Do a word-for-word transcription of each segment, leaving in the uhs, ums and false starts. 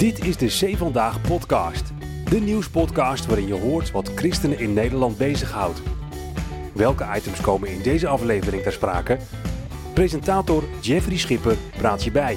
Dit is de Zee Vandaag podcast. De nieuwspodcast waarin je hoort wat christenen in Nederland bezighoudt. Welke items komen in deze aflevering ter sprake? Presentator Jeffrey Schipper praat je bij.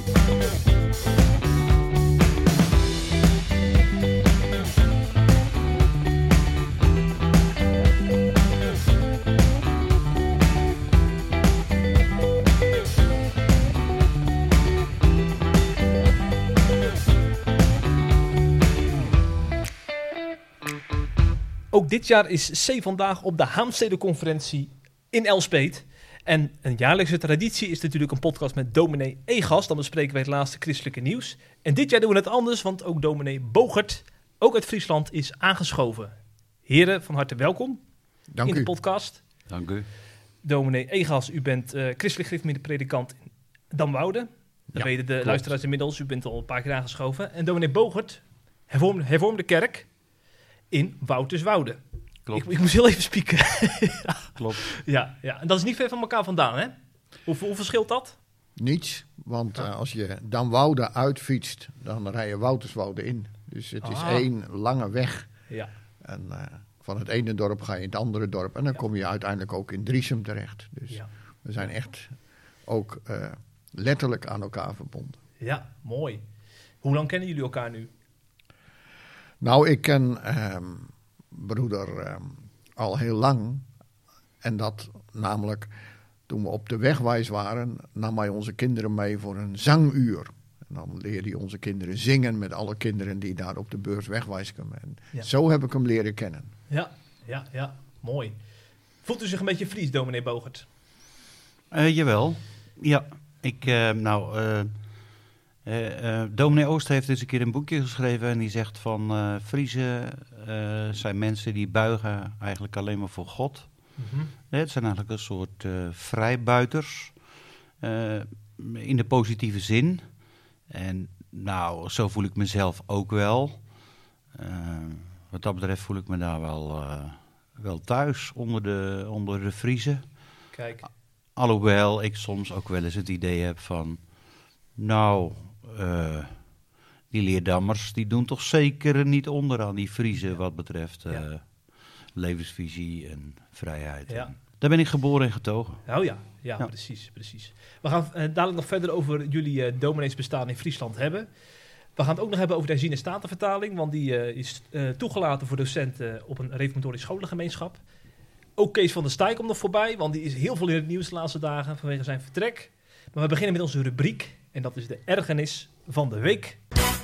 Ook dit jaar is Zee Vandaag op de Haemstede-conferentie in Elspeet. En een jaarlijkse traditie is natuurlijk een podcast met dominee Egas. Dan bespreken wij het laatste christelijke nieuws. En dit jaar doen we het anders, want ook dominee Bogert, ook uit Friesland, is aangeschoven. Heren, van harte welkom Dank in u. de podcast. Dank u. Dominee Egas, u bent uh, christelijk gereformeerde-predikant in Damwoude. Dat Ja, weten de klopt. luisteraars inmiddels. U bent al een paar keer aangeschoven. En dominee Bogert, hervormde, hervormde kerk in Wouterswoude. Klopt. Ik, ik moest heel even spieken. Klopt. Ja, ja, en dat is niet ver van elkaar vandaan, hè? Hoe, hoe verschilt dat? Niets, want Ah. uh, als je Damwoude uitfietst, dan rij je Wouterswoude in. Dus het is Ah. één lange weg. Ja, En uh, van het ene dorp ga je in het andere dorp. En dan kom je uiteindelijk ook in Driesem terecht. Dus ja. we zijn echt ook uh, letterlijk aan elkaar verbonden. ja, mooi. Hoe lang kennen jullie elkaar nu? Nou, ik ken um, broeder um, al heel lang. En dat namelijk toen we op de wegwijs waren, nam hij onze kinderen mee voor een zanguur. En dan leerde hij onze kinderen zingen met alle kinderen die daar op de beurs wegwijs komen. En Ja. zo heb ik hem leren kennen. Ja, ja, ja, mooi. Voelt u zich een beetje Fries, dominee Bogert? Uh, jawel. Ja, ik, uh, nou, uh, uh, uh, dominee Oost heeft eens een keer een boekje geschreven en die zegt van uh, Friezen uh, zijn mensen die buigen eigenlijk alleen maar voor God. Mm-hmm. Uh, het zijn eigenlijk een soort uh, vrijbuiters uh, in de positieve zin. En nou, zo voel ik mezelf ook wel. Uh, wat dat betreft voel ik me daar wel, uh, wel thuis onder de, onder de Friezen. Kijk, Alhoewel ik soms ook wel eens het idee heb van, nou, uh, die Leerdammers die doen toch zeker niet onder aan die Friezen wat betreft uh, Ja. levensvisie en vrijheid. Ja. En daar ben ik geboren en getogen. oh ja, ja, Ja. precies, precies. We gaan uh, dadelijk nog verder over jullie uh, domineesbestaan in Friesland hebben. We gaan het ook nog hebben over de herziene statenvertaling, want die uh, is uh, toegelaten voor docenten op een reformatorisch scholengemeenschap. Ook Kees van der Staaij komt nog voorbij, want die is heel veel in het nieuws de laatste dagen vanwege zijn vertrek. Maar we beginnen met onze rubriek en dat is de ergernis van de week.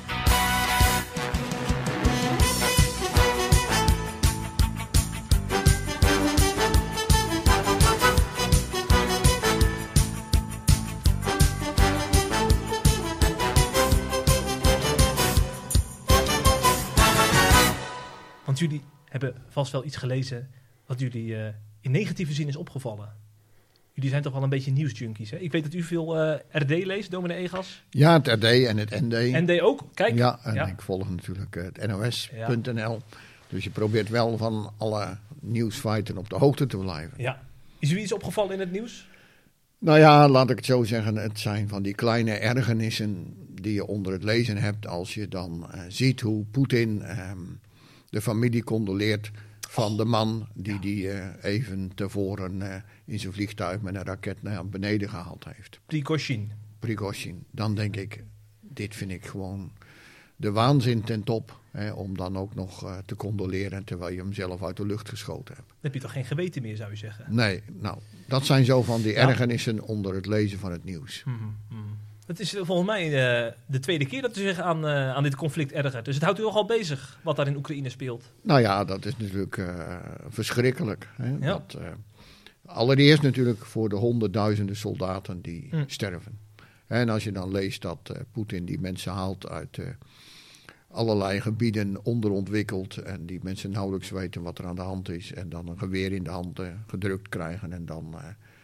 Want jullie hebben vast wel iets gelezen wat jullie uh, in negatieve zin is opgevallen. Jullie zijn toch wel een beetje nieuwsjunkies, hè? Ik weet dat u veel uh, R D leest, dominee Egas. Ja, het R D en het N D. N D ook, kijk. Ja, en Ja. ik volg natuurlijk uh, het N O S punt N L. Dus je probeert wel van alle nieuwsfeiten op de hoogte te blijven. Ja. Is u iets opgevallen in het nieuws? Nou ja, laat ik het zo zeggen. Het zijn van die kleine ergernissen die je onder het lezen hebt als je dan uh, ziet hoe Poetin um, de familie condoleert van de man die die uh, even tevoren uh, in zijn vliegtuig met een raket naar beneden gehaald heeft. Prigozhin. Prigozhin. Dan denk ik, dit vind ik gewoon de waanzin ten top. Hè, om dan ook nog uh, te condoleren terwijl je hem zelf uit de lucht geschoten hebt. Dan heb je toch geen geweten meer, zou je zeggen? Nee, nou, dat zijn zo van die Ja. ergernissen onder het lezen van het nieuws. Mm-hmm. Het is uh, volgens mij uh, de tweede keer dat u zich aan, uh, aan dit conflict ergert. Dus het houdt u nogal bezig wat daar in Oekraïne speelt. Nou ja, dat is natuurlijk uh, verschrikkelijk. Hè? Ja. Dat, uh, allereerst natuurlijk voor de honderdduizenden soldaten die Mm. sterven. En als je dan leest dat uh, Poetin die mensen haalt uit uh, allerlei gebieden onderontwikkeld en die mensen nauwelijks weten wat er aan de hand is en dan een geweer in de hand uh, gedrukt krijgen en dan uh,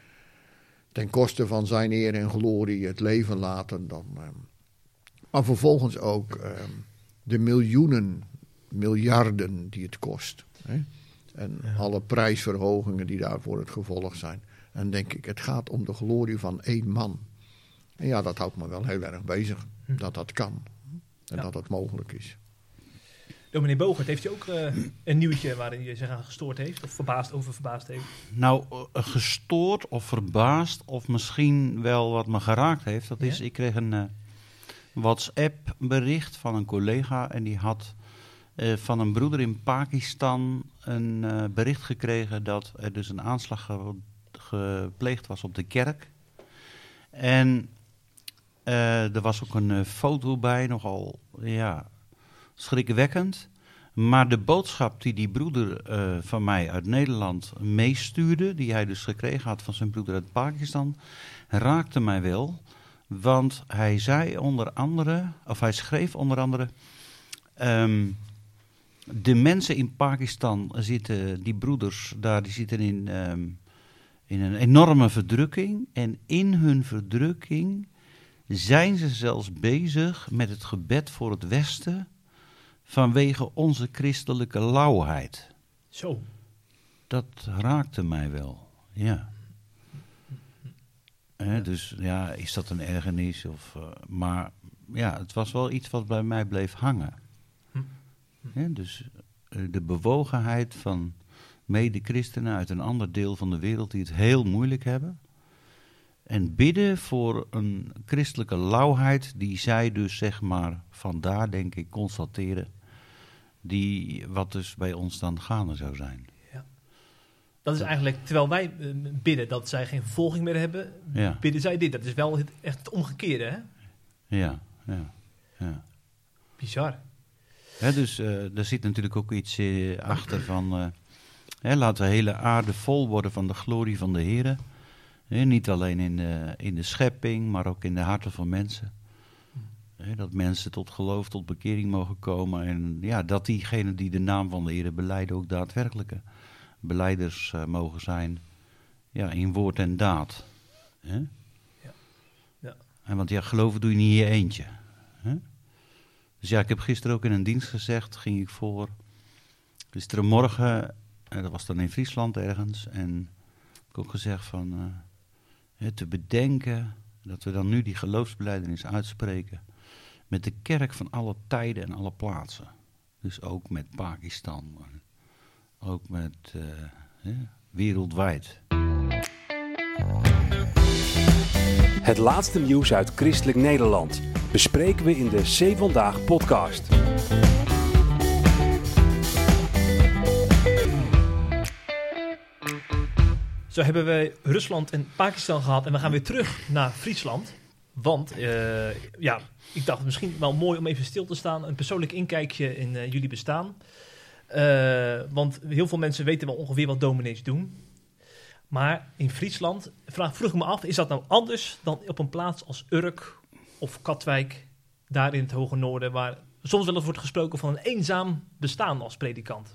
ten koste van zijn eer en glorie het leven laten. Dan, uh, maar vervolgens ook uh, de miljoenen, miljarden die het kost. Hè? En Ja. alle prijsverhogingen die daarvoor het gevolg zijn. En denk ik, het gaat om de glorie van één man. En ja, dat houdt me wel heel erg bezig, Hm. dat dat kan. En Ja. dat het mogelijk is. Dominee Bogert, heeft u ook uh, een nieuwtje waarin je zich aan gestoord heeft? Of verbaasd over verbaasd heeft? Nou, uh, gestoord of verbaasd of misschien wel wat me geraakt heeft. Dat is, Ja? ik kreeg een uh, WhatsApp bericht van een collega en die had uh, van een broeder in Pakistan een uh, bericht gekregen dat er dus een aanslag ge- gepleegd was op de kerk. En uh, er was ook een uh, foto bij, nogal ja, schrikwekkend. Maar de boodschap die die broeder uh, van mij uit Nederland meestuurde, die hij dus gekregen had van zijn broeder uit Pakistan, raakte mij wel. Want hij zei onder andere, of hij schreef onder andere, um, de mensen in Pakistan zitten, die broeders daar, die zitten in, um, in een enorme verdrukking. En in hun verdrukking zijn ze zelfs bezig met het gebed voor het Westen vanwege onze christelijke lauwheid. Zo. Dat raakte mij wel, ja. He, dus ja, is dat een ergernis? Of, uh, maar ja, het was wel iets wat bij mij bleef hangen. Hm. He, dus uh, de bewogenheid van mede-christenen uit een ander deel van de wereld die het heel moeilijk hebben. En bidden voor een christelijke lauwheid die zij dus zeg maar vandaar denk ik constateren. Die wat dus bij ons dan gaande zou zijn. Ja. Dat is eigenlijk, terwijl wij uh, bidden dat zij geen vervolging meer hebben, Ja. bidden zij dit. Dat is wel het, echt het omgekeerde, hè? Ja, ja, ja. Bizar. Hè, dus uh, er zit natuurlijk ook iets uh, achter van, uh, hè, laten de hele aarde vol worden van de glorie van de Heere. Hè, niet alleen in de, in de schepping, maar ook in de harten van mensen. Hè, dat mensen tot geloof, tot bekering mogen komen. En ja, dat diegenen die de naam van de Heere belijden ook daadwerkelijke belijders uh, mogen zijn. Ja, in woord en daad. Hè? Ja. Ja. En want ja, geloven doe je niet in je eentje. Hè? Dus ja, ik heb gisteren ook in een dienst gezegd, ging ik voor. Gisterenmorgen, eh, dat was dan in Friesland ergens. En heb ik ook gezegd van, uh, hè, te bedenken dat we dan nu die geloofsbelijdenis uitspreken. Met de kerk van alle tijden en alle plaatsen. Dus ook met Pakistan. Ook met uh, hè, wereldwijd. Het laatste nieuws uit Christelijk Nederland bespreken we in de C Vandaag podcast. Zo hebben we Rusland en Pakistan gehad en we gaan weer terug naar Friesland. Want, uh, ja, ik dacht misschien wel mooi om even stil te staan. Een persoonlijk inkijkje in uh, jullie bestaan. Uh, want heel veel mensen weten wel ongeveer wat dominees doen. Maar in Friesland, vraag, vroeg ik me af, is dat nou anders dan op een plaats als Urk of Katwijk, daar in het hoge noorden, waar soms wel eens wordt gesproken van een eenzaam bestaan als predikant?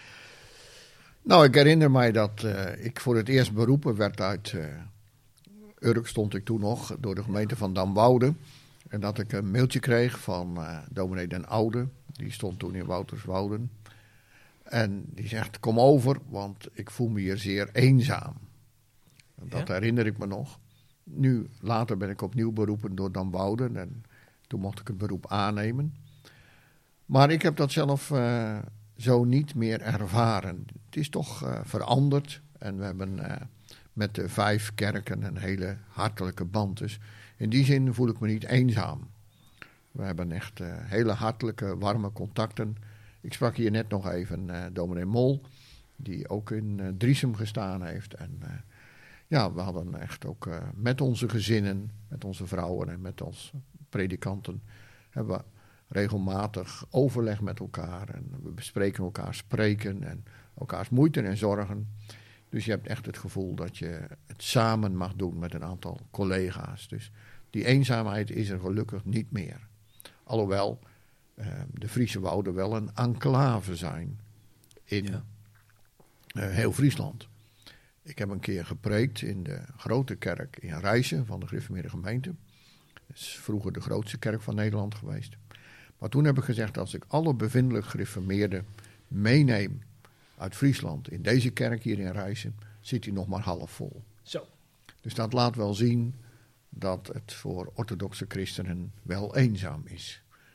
Nou, ik herinner mij dat uh, ik voor het eerst beroepen werd uit uh, Urk, stond ik toen nog, door de gemeente van Damwoude. En dat ik een mailtje kreeg van uh, dominee Den Oude, die stond toen in Wouterswouden. En die zegt, kom over, want ik voel me hier zeer eenzaam. Dat ja? herinner ik me nog. Nu, later ben ik opnieuw beroepen door Damwoude en toen mocht ik het beroep aannemen. Maar ik heb dat zelf uh, zo niet meer ervaren. Het is toch uh, veranderd en we hebben uh, met de vijf kerken een hele hartelijke band. Dus in die zin voel ik me niet eenzaam. We hebben echt uh, hele hartelijke, warme contacten. Ik sprak hier net nog even uh, dominee Mol, die ook in uh, Driesem gestaan heeft. En uh, ja, we hadden echt ook uh, met onze gezinnen, met onze vrouwen en met onze predikanten, hebben we regelmatig overleg met elkaar. En we bespreken elkaar spreken en elkaars moeite en zorgen. Dus je hebt echt het gevoel dat je het samen mag doen met een aantal collega's. Dus die eenzaamheid is er gelukkig niet meer. Alhoewel uh, de Friese wouden wel een enclave zijn in ja. uh, heel Friesland. Ik heb een keer gepreekt in de grote kerk in Rijssen van de gereformeerde gemeente. Dat is vroeger de grootste kerk van Nederland geweest. Maar toen heb ik gezegd, als ik alle bevindelijk gereformeerden meeneem uit Friesland in deze kerk hier in Rijssen, zit hij nog maar half vol. Zo. Dus dat laat wel zien dat het voor orthodoxe christenen wel eenzaam is.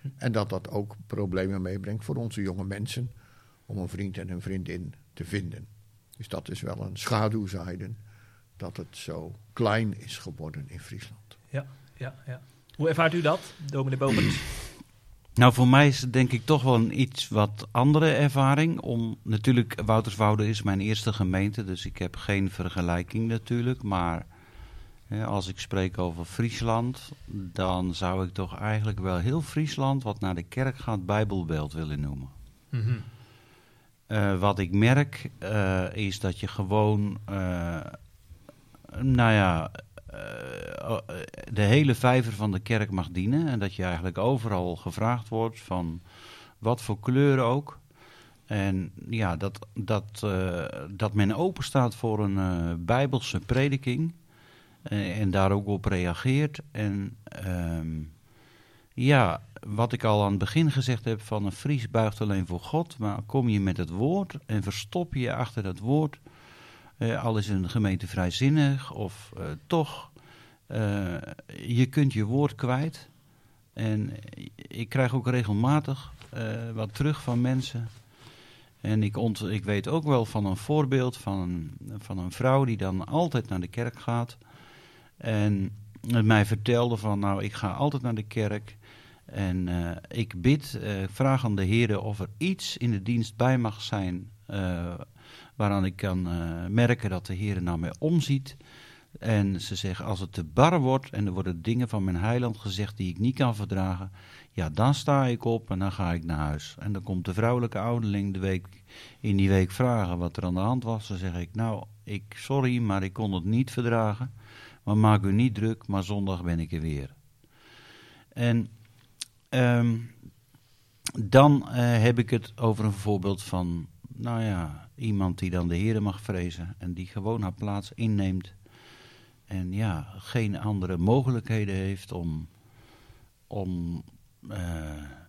En dat dat ook problemen meebrengt voor onze jonge mensen om een vriend en een vriendin te vinden. Dus dat is wel een schaduwzijde dat het zo klein is geworden in Friesland. Ja, ja, ja. Hoe ervaart u dat, dominee Bogert? Nou, voor mij is het denk ik toch wel een iets wat andere ervaring. Om, natuurlijk, Wouterswoude is mijn eerste gemeente, dus ik heb geen vergelijking natuurlijk. Maar hè, als ik spreek over Friesland, dan zou ik toch eigenlijk wel heel Friesland, wat naar de kerk gaat, Bijbelbelt willen noemen. Mm-hmm. Uh, wat ik merk uh, is dat je gewoon, uh, nou ja, uh, de hele vijver van de kerk mag dienen. En dat je eigenlijk overal gevraagd wordt van wat voor kleur ook. En ja, dat, dat, uh, dat men open staat voor een uh, bijbelse prediking. Uh, en daar ook op reageert. En um, ja... Wat ik al aan het begin gezegd heb, van een Fries buigt alleen voor God, maar kom je met het woord en verstop je achter dat woord, eh, al is een gemeente vrijzinnig of eh, toch, uh, je kunt je woord kwijt. En ik krijg ook regelmatig uh, wat terug van mensen. En ik, ont, ik weet ook wel van een voorbeeld van een, van een vrouw die dan altijd naar de kerk gaat en mij vertelde van, nou, ik ga altijd naar de kerk. En uh, ik bid, uh, vraag aan de Heer of er iets in de dienst bij mag zijn uh, waaraan ik kan uh, merken dat de Heer naar mij omziet. En ze zegt, als het te bar wordt en er worden dingen van mijn heiland gezegd die ik niet kan verdragen, ja, dan sta ik op en dan ga ik naar huis. En dan komt de vrouwelijke ouderling de week, in die week vragen wat er aan de hand was. Dan zeg ik, nou, ik, sorry, maar ik kon het niet verdragen. Maar maak u niet druk, maar zondag ben ik er weer. En Um, dan uh, heb ik het over een voorbeeld van, nou ja, iemand die dan de Heere mag vrezen en die gewoon haar plaats inneemt en ja, geen andere mogelijkheden heeft om, om uh,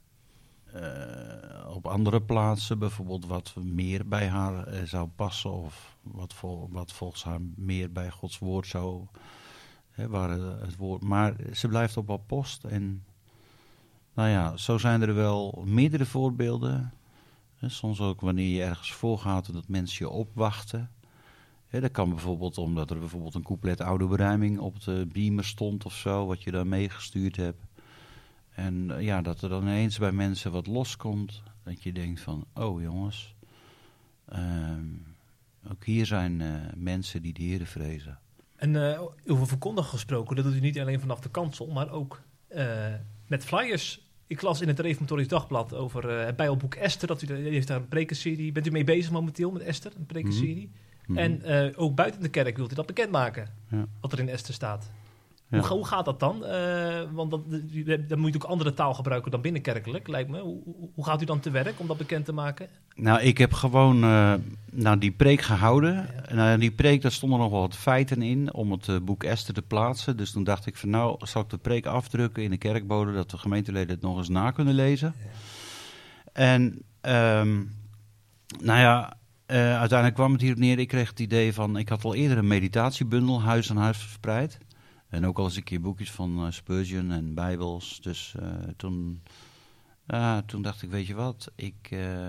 uh, op andere plaatsen bijvoorbeeld wat meer bij haar uh, zou passen of wat, vol, wat volgens haar meer bij Gods woord zou, hè, waar het woord, maar ze blijft op haar post en nou ja, zo zijn er wel meerdere voorbeelden. He, soms ook wanneer je ergens voorgaat en dat mensen je opwachten. He, dat kan bijvoorbeeld omdat er bijvoorbeeld een couplet oude beruiming op de beamer stond of zo, wat je dan meegestuurd hebt. En uh, ja, dat er dan ineens bij mensen wat loskomt. Dat je denkt van, oh jongens, uh, ook hier zijn uh, mensen die de Heere vrezen. En uh, over verkondigen gesproken, dat doet u niet alleen vanaf de kansel, maar ook uh, met flyers. Ik las in het Reformatorisch Dagblad over uh, het Bijbelboek Esther, dat u, u heeft daar een prekenserie. Bent u mee bezig momenteel met Esther, een prekenserie? Mm-hmm. En uh, ook buiten de kerk wilt u dat bekendmaken, ja. Wat er in Esther staat. Ja. Hoe, hoe gaat dat dan? Uh, want dat, dan moet je ook andere taal gebruiken dan binnenkerkelijk, lijkt me. Hoe, hoe gaat u dan te werk om dat bekend te maken? Nou, ik heb gewoon uh, nou, die preek gehouden. Ja. Nou, die preek, daar stonden nog wel wat feiten in om het uh, boek Esther te plaatsen. Dus toen dacht ik van nou, zal ik de preek afdrukken in de kerkbode, dat de gemeenteleden het nog eens na kunnen lezen. Ja. En um, nou ja, uh, uiteindelijk kwam het hierop neer. Ik kreeg het idee van, ik had al eerder een meditatiebundel, huis aan huis verspreid. En ook al eens een keer boekjes van uh, Spurgeon en Bijbels. Dus uh, toen, uh, toen dacht ik, weet je wat, ik, uh,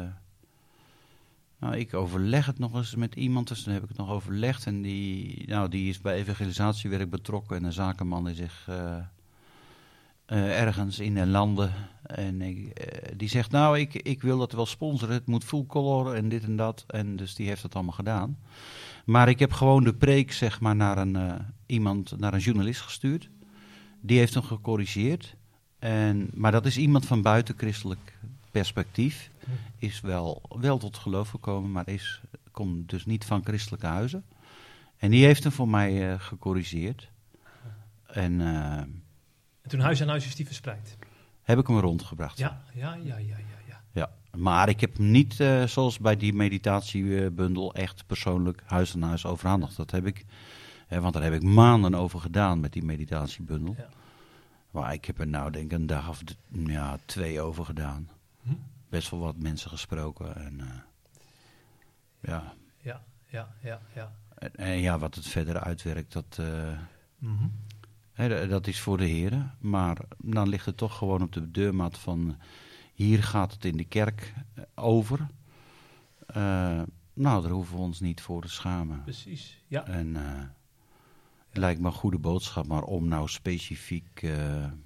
nou, ik overleg het nog eens met iemand. Dus toen heb ik het nog overlegd. En die, nou, die is bij evangelisatiewerk betrokken. En een zakenman die zich uh, uh, ergens in de landen. En ik, uh, die zegt, nou, ik, ik wil dat wel sponsoren. Het moet full color en dit en dat. En dus die heeft dat allemaal gedaan. Maar ik heb gewoon de preek zeg maar naar een uh, iemand, naar een journalist gestuurd. Die heeft hem gecorrigeerd. En, maar dat is iemand van buiten christelijk perspectief. Is wel, wel tot geloof gekomen, maar is, komt dus niet van christelijke huizen. En die heeft hem voor mij uh, gecorrigeerd. En, uh, en toen huis aan huis is die verspreid? Heb ik hem rondgebracht. Ja, ja, ja, ja, ja. ja. ja. Maar ik heb hem niet, uh, zoals bij die meditatiebundel, echt persoonlijk huis aan huis overhandigd. Dat heb ik, hè, want daar heb ik maanden over gedaan met die meditatiebundel. Ja. Maar ik heb er nou denk ik een dag of de, ja, twee over gedaan. Hm? Best wel wat mensen gesproken. En, uh, ja. Ja, ja, ja, ja. En, en ja, wat het verder uitwerkt, dat, uh, mm-hmm. Hè, dat is voor de heren. Maar dan ligt het toch gewoon op de deurmat van... hier gaat het in de kerk over. Uh, nou, daar hoeven we ons niet voor te schamen. Precies, ja. En uh, het lijkt me een goede boodschap, maar om nou specifiek... Uh,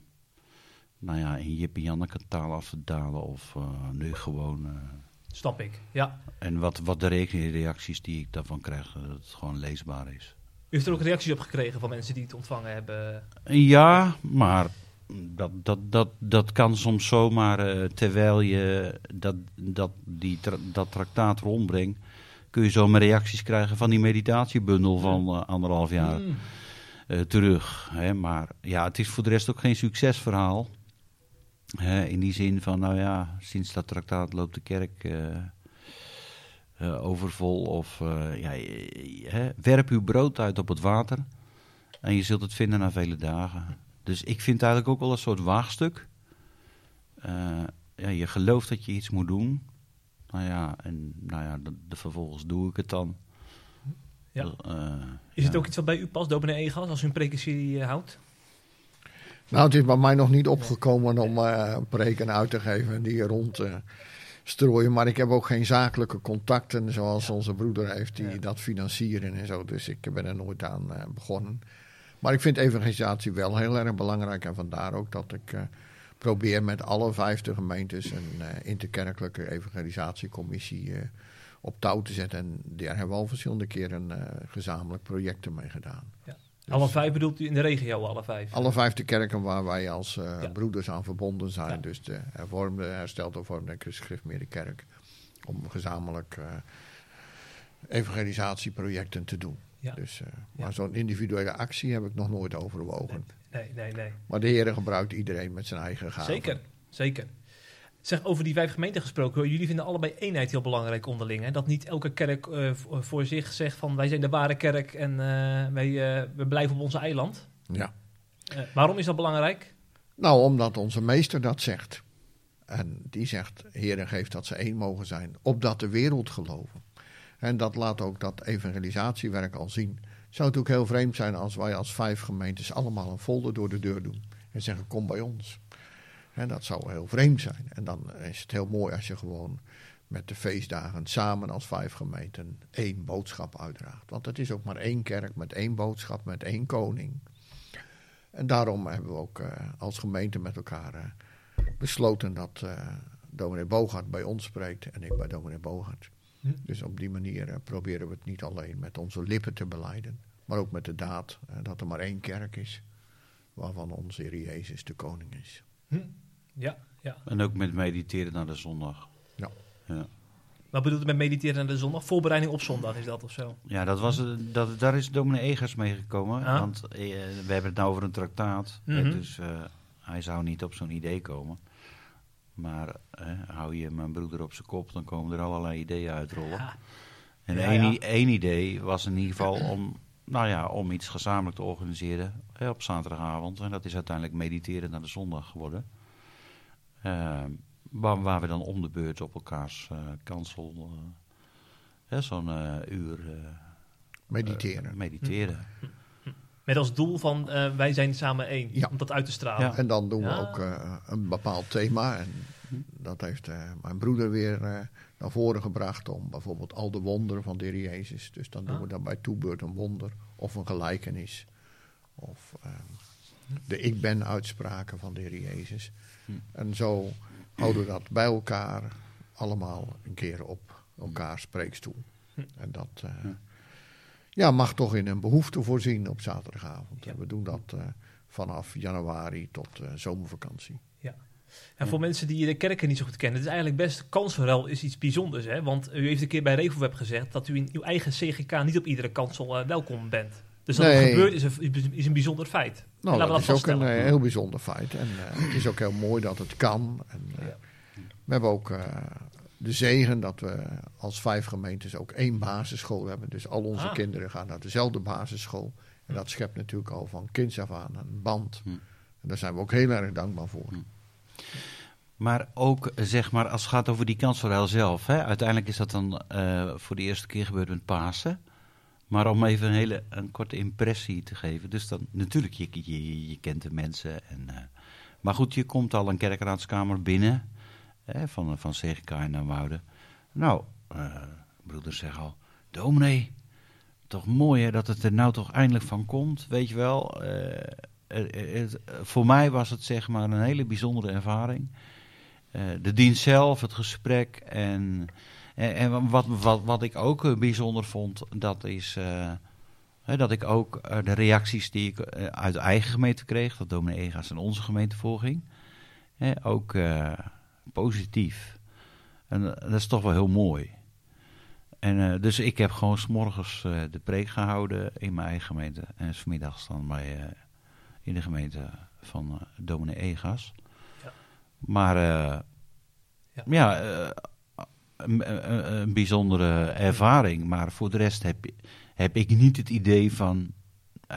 nou ja, in Jip en Janneke taal af te dalen of uh, nu gewoon... Uh, Snap ik, ja. En wat, wat de reacties die ik daarvan krijg, dat het gewoon leesbaar is. U heeft er ook reacties op gekregen van mensen die het ontvangen hebben? Ja, maar dat, dat, dat, dat kan soms zomaar, uh, terwijl je dat, dat, die tra- dat traktaat rondbrengt, kun je zomaar reacties krijgen van die meditatiebundel van uh, anderhalf jaar mm. uh, terug. Hè. Maar ja, het is voor de rest ook geen succesverhaal. Hè, in die zin van, nou ja, sinds dat traktaat loopt de kerk uh, uh, overvol. Of uh, ja, uh, werp uw brood uit op het water en je zult het vinden na vele dagen. Dus ik vind het eigenlijk ook wel een soort waagstuk. Uh, ja, je gelooft dat je iets moet doen. Nou ja, en nou ja, de, de, vervolgens doe ik het dan. Ja. Uh, Is ja. het ook iets wat bij u past, dominee Egas, als u een prekenserie uh, houdt? Nou, het is bij mij nog niet opgekomen om uh, preken uit te geven en die rond uh, strooien. Maar ik heb ook geen zakelijke contacten zoals ja. onze broeder heeft die ja. dat financieren en zo. Dus ik ben er nooit aan uh, begonnen. Maar ik vind evangelisatie wel heel erg belangrijk. En vandaar ook dat ik uh, probeer met alle vijftig gemeentes een uh, interkerkelijke evangelisatiecommissie uh, op touw te zetten. En daar hebben we al verschillende keren uh, gezamenlijk projecten mee gedaan. Ja. Dus alle vijf bedoelt u in de regio, alle vijf? Alle vijf de kerken waar wij als uh, ja. broeders aan verbonden zijn. Ja. Dus de hervormde, herstelde, hervormde en christelijke kerk. Om gezamenlijk uh, evangelisatieprojecten te doen. Ja. Dus, uh, maar ja. zo'n individuele actie heb ik nog nooit overwogen. Nee, nee, nee. Maar de Heer gebruikt iedereen met zijn eigen gaven. Zeker, zeker. Zeg, over die vijf gemeenten gesproken, jullie vinden allebei eenheid heel belangrijk onderling. Hè? Dat niet elke kerk uh, voor zich zegt van wij zijn de ware kerk en uh, wij uh, we blijven op ons eiland. Ja. Uh, waarom is dat belangrijk? Nou, omdat onze meester dat zegt. En die zegt, Heer, geef dat ze één mogen zijn, opdat de wereld geloven. En dat laat ook dat evangelisatiewerk al zien. Het zou natuurlijk heel vreemd zijn als wij als vijf gemeentes allemaal een folder door de deur doen. En zeggen, kom bij ons. En dat zou heel vreemd zijn. En dan is het heel mooi als je gewoon met de feestdagen samen als vijf gemeenten één boodschap uitdraagt. Want het is ook maar één kerk met één boodschap, met één koning. En daarom hebben we ook uh, als gemeente met elkaar uh, besloten dat uh, dominee Bogaert bij ons spreekt en ik bij dominee Bogaert. Hm. Dus op die manier uh, proberen we het niet alleen met onze lippen te belijden, maar ook met de daad uh, dat er maar één kerk is, waarvan onze Heer Jezus de koning is. Hm. Ja, ja. En ook met mediteren naar de zondag. Ja. Ja. Wat bedoelt u met mediteren naar de zondag? Voorbereiding op zondag is dat of zo? Ja, dat was, dat, daar is dominee Egers meegekomen. Ah. Want eh, we hebben het nou over een traktaat. Mm-hmm. Hè, dus uh, hij zou niet op zo'n idee komen. Maar eh, hou je mijn broeder op zijn kop, dan komen er allerlei ideeën uitrollen. Ja. En ja, één, ja. één idee was in ieder geval om, nou ja, om iets gezamenlijk te organiseren hè, op zaterdagavond. En dat is uiteindelijk mediteren naar de zondag geworden. Uh, waar, waar we dan om de beurt op elkaars uh, kansel uh, hè, zo'n uh, uur uh, mediteren. Uh, mediteren. Met als doel van uh, wij zijn samen één, ja. om dat uit te stralen. Ja. En dan doen we ja. ook uh, een bepaald thema. En dat heeft uh, mijn broeder weer uh, naar voren gebracht om bijvoorbeeld al de wonderen van de Heer Jezus. Dus dan doen ah. we dan bij toebeurt een wonder of een gelijkenis. Of uh, de ik ben uitspraken van de Heer Jezus. Hm. En zo houden we dat bij elkaar allemaal een keer op elkaars spreekstoel. Hm. En dat uh, hm. ja, mag toch in een behoefte voorzien op zaterdagavond. Ja. En we doen dat uh, vanaf januari tot uh, zomervakantie. Ja. En voor ja. mensen die de kerken niet zo goed kennen, het is eigenlijk best, kansverruil is iets bijzonders. Hè? Want u heeft een keer bij Revelweb gezegd dat u in uw eigen C G K niet op iedere kansel uh, welkom bent. Dus dat nee. het gebeurt is een, is een bijzonder feit. Nou, dat, dat is ook een uh, heel bijzonder feit. En uh, het is ook heel mooi dat het kan. En, uh, ja. We hebben ook uh, de zegen dat we als vijf gemeentes ook één basisschool hebben. Dus al onze ah. kinderen gaan naar dezelfde basisschool. En dat schept natuurlijk al van kinds af aan een band. Hm. En daar zijn we ook heel erg dankbaar voor. Hm. Maar ook, zeg maar, als het gaat over die kansverruil zelf. Hè, uiteindelijk is dat dan uh, voor de eerste keer gebeurd met Pasen. Maar om even een hele een korte impressie te geven. Dus dan, natuurlijk, je, je, je kent de mensen. En, uh, maar goed, je komt al een kerkraadskamer binnen. Hè, van, van C G K en Naarwouden. Nou, uh, broeders zeggen al, dominee, toch mooi hè, dat het er nou toch eindelijk van komt. Weet je wel, uh, het, het, voor mij was het zeg maar een hele bijzondere ervaring. Uh, de dienst zelf, het gesprek en... En, en wat, wat, wat ik ook uh, bijzonder vond, dat is uh, hè, dat ik ook uh, de reacties die ik uh, uit de eigen gemeente kreeg, dat dominee Egas in onze gemeente voorging, hè, ook uh, positief. En uh, dat is toch wel heel mooi. En uh, dus ik heb gewoon 's morgens uh, de preek gehouden in mijn eigen gemeente en 's middags dan bij, uh, in de gemeente van uh, dominee Egas. Ja. Maar uh, ja... ja uh, Een, een, een bijzondere ervaring, maar voor de rest heb, heb ik niet het idee van... Uh,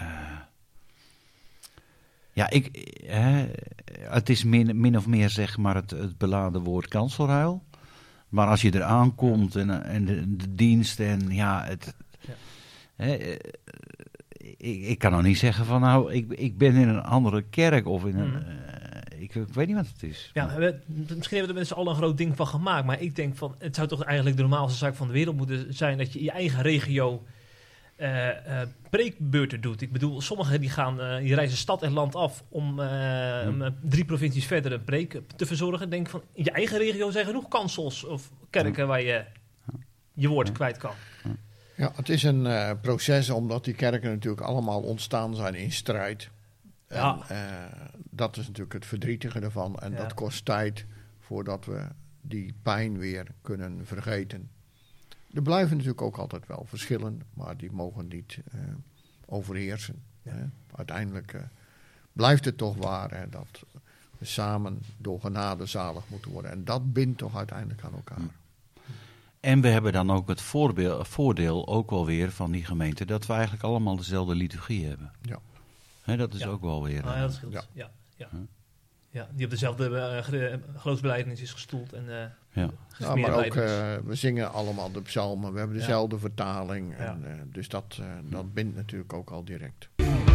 ja, ik, hè, het is min, min of meer zeg maar het, het beladen woord kanselruil. Maar als je er aankomt en, en de, de dienst en ja... Het, ja. Hè, ik, ik kan nog niet zeggen van nou, ik, ik ben in een andere kerk of in een... Mm. Uh, Ik, ik weet niet wat het is. Ja, we, misschien hebben de mensen al een groot ding van gemaakt. Maar ik denk van, het zou toch eigenlijk de normaalste zaak van de wereld moeten zijn dat je in je eigen regio uh, uh, preekbeurten doet. Ik bedoel, sommigen die gaan, uh, die reizen stad en land af om uh, hmm. um, drie provincies verder een preek te verzorgen. Denk van, in je eigen regio zijn genoeg kansels of kerken hmm. waar je je woord hmm. kwijt kan. Ja, het is een uh, proces omdat die kerken natuurlijk allemaal ontstaan zijn in strijd. Ja. En, uh, dat is natuurlijk het verdrietige ervan. En ja. dat kost tijd voordat we die pijn weer kunnen vergeten. Er blijven natuurlijk ook altijd wel verschillen, maar die mogen niet uh, overheersen. Ja. Hè. Uiteindelijk uh, blijft het toch waar hè, dat we samen door genade zalig moeten worden. En dat bindt toch uiteindelijk aan elkaar. En we hebben dan ook het voorbeeld, voordeel ook wel weer van die gemeente dat we eigenlijk allemaal dezelfde liturgie hebben. Ja. He, dat is ja. ook wel weer... Ah, ja, dat scheelt. Ja. Ja, ja. Huh? ja, die op dezelfde uh, geloofsbelijdenis is gestoeld. En, uh, ja. ja, maar ook, uh, we zingen allemaal de psalmen. We hebben dezelfde ja. vertaling. En, ja. uh, dus dat, uh, dat bindt natuurlijk ook al direct.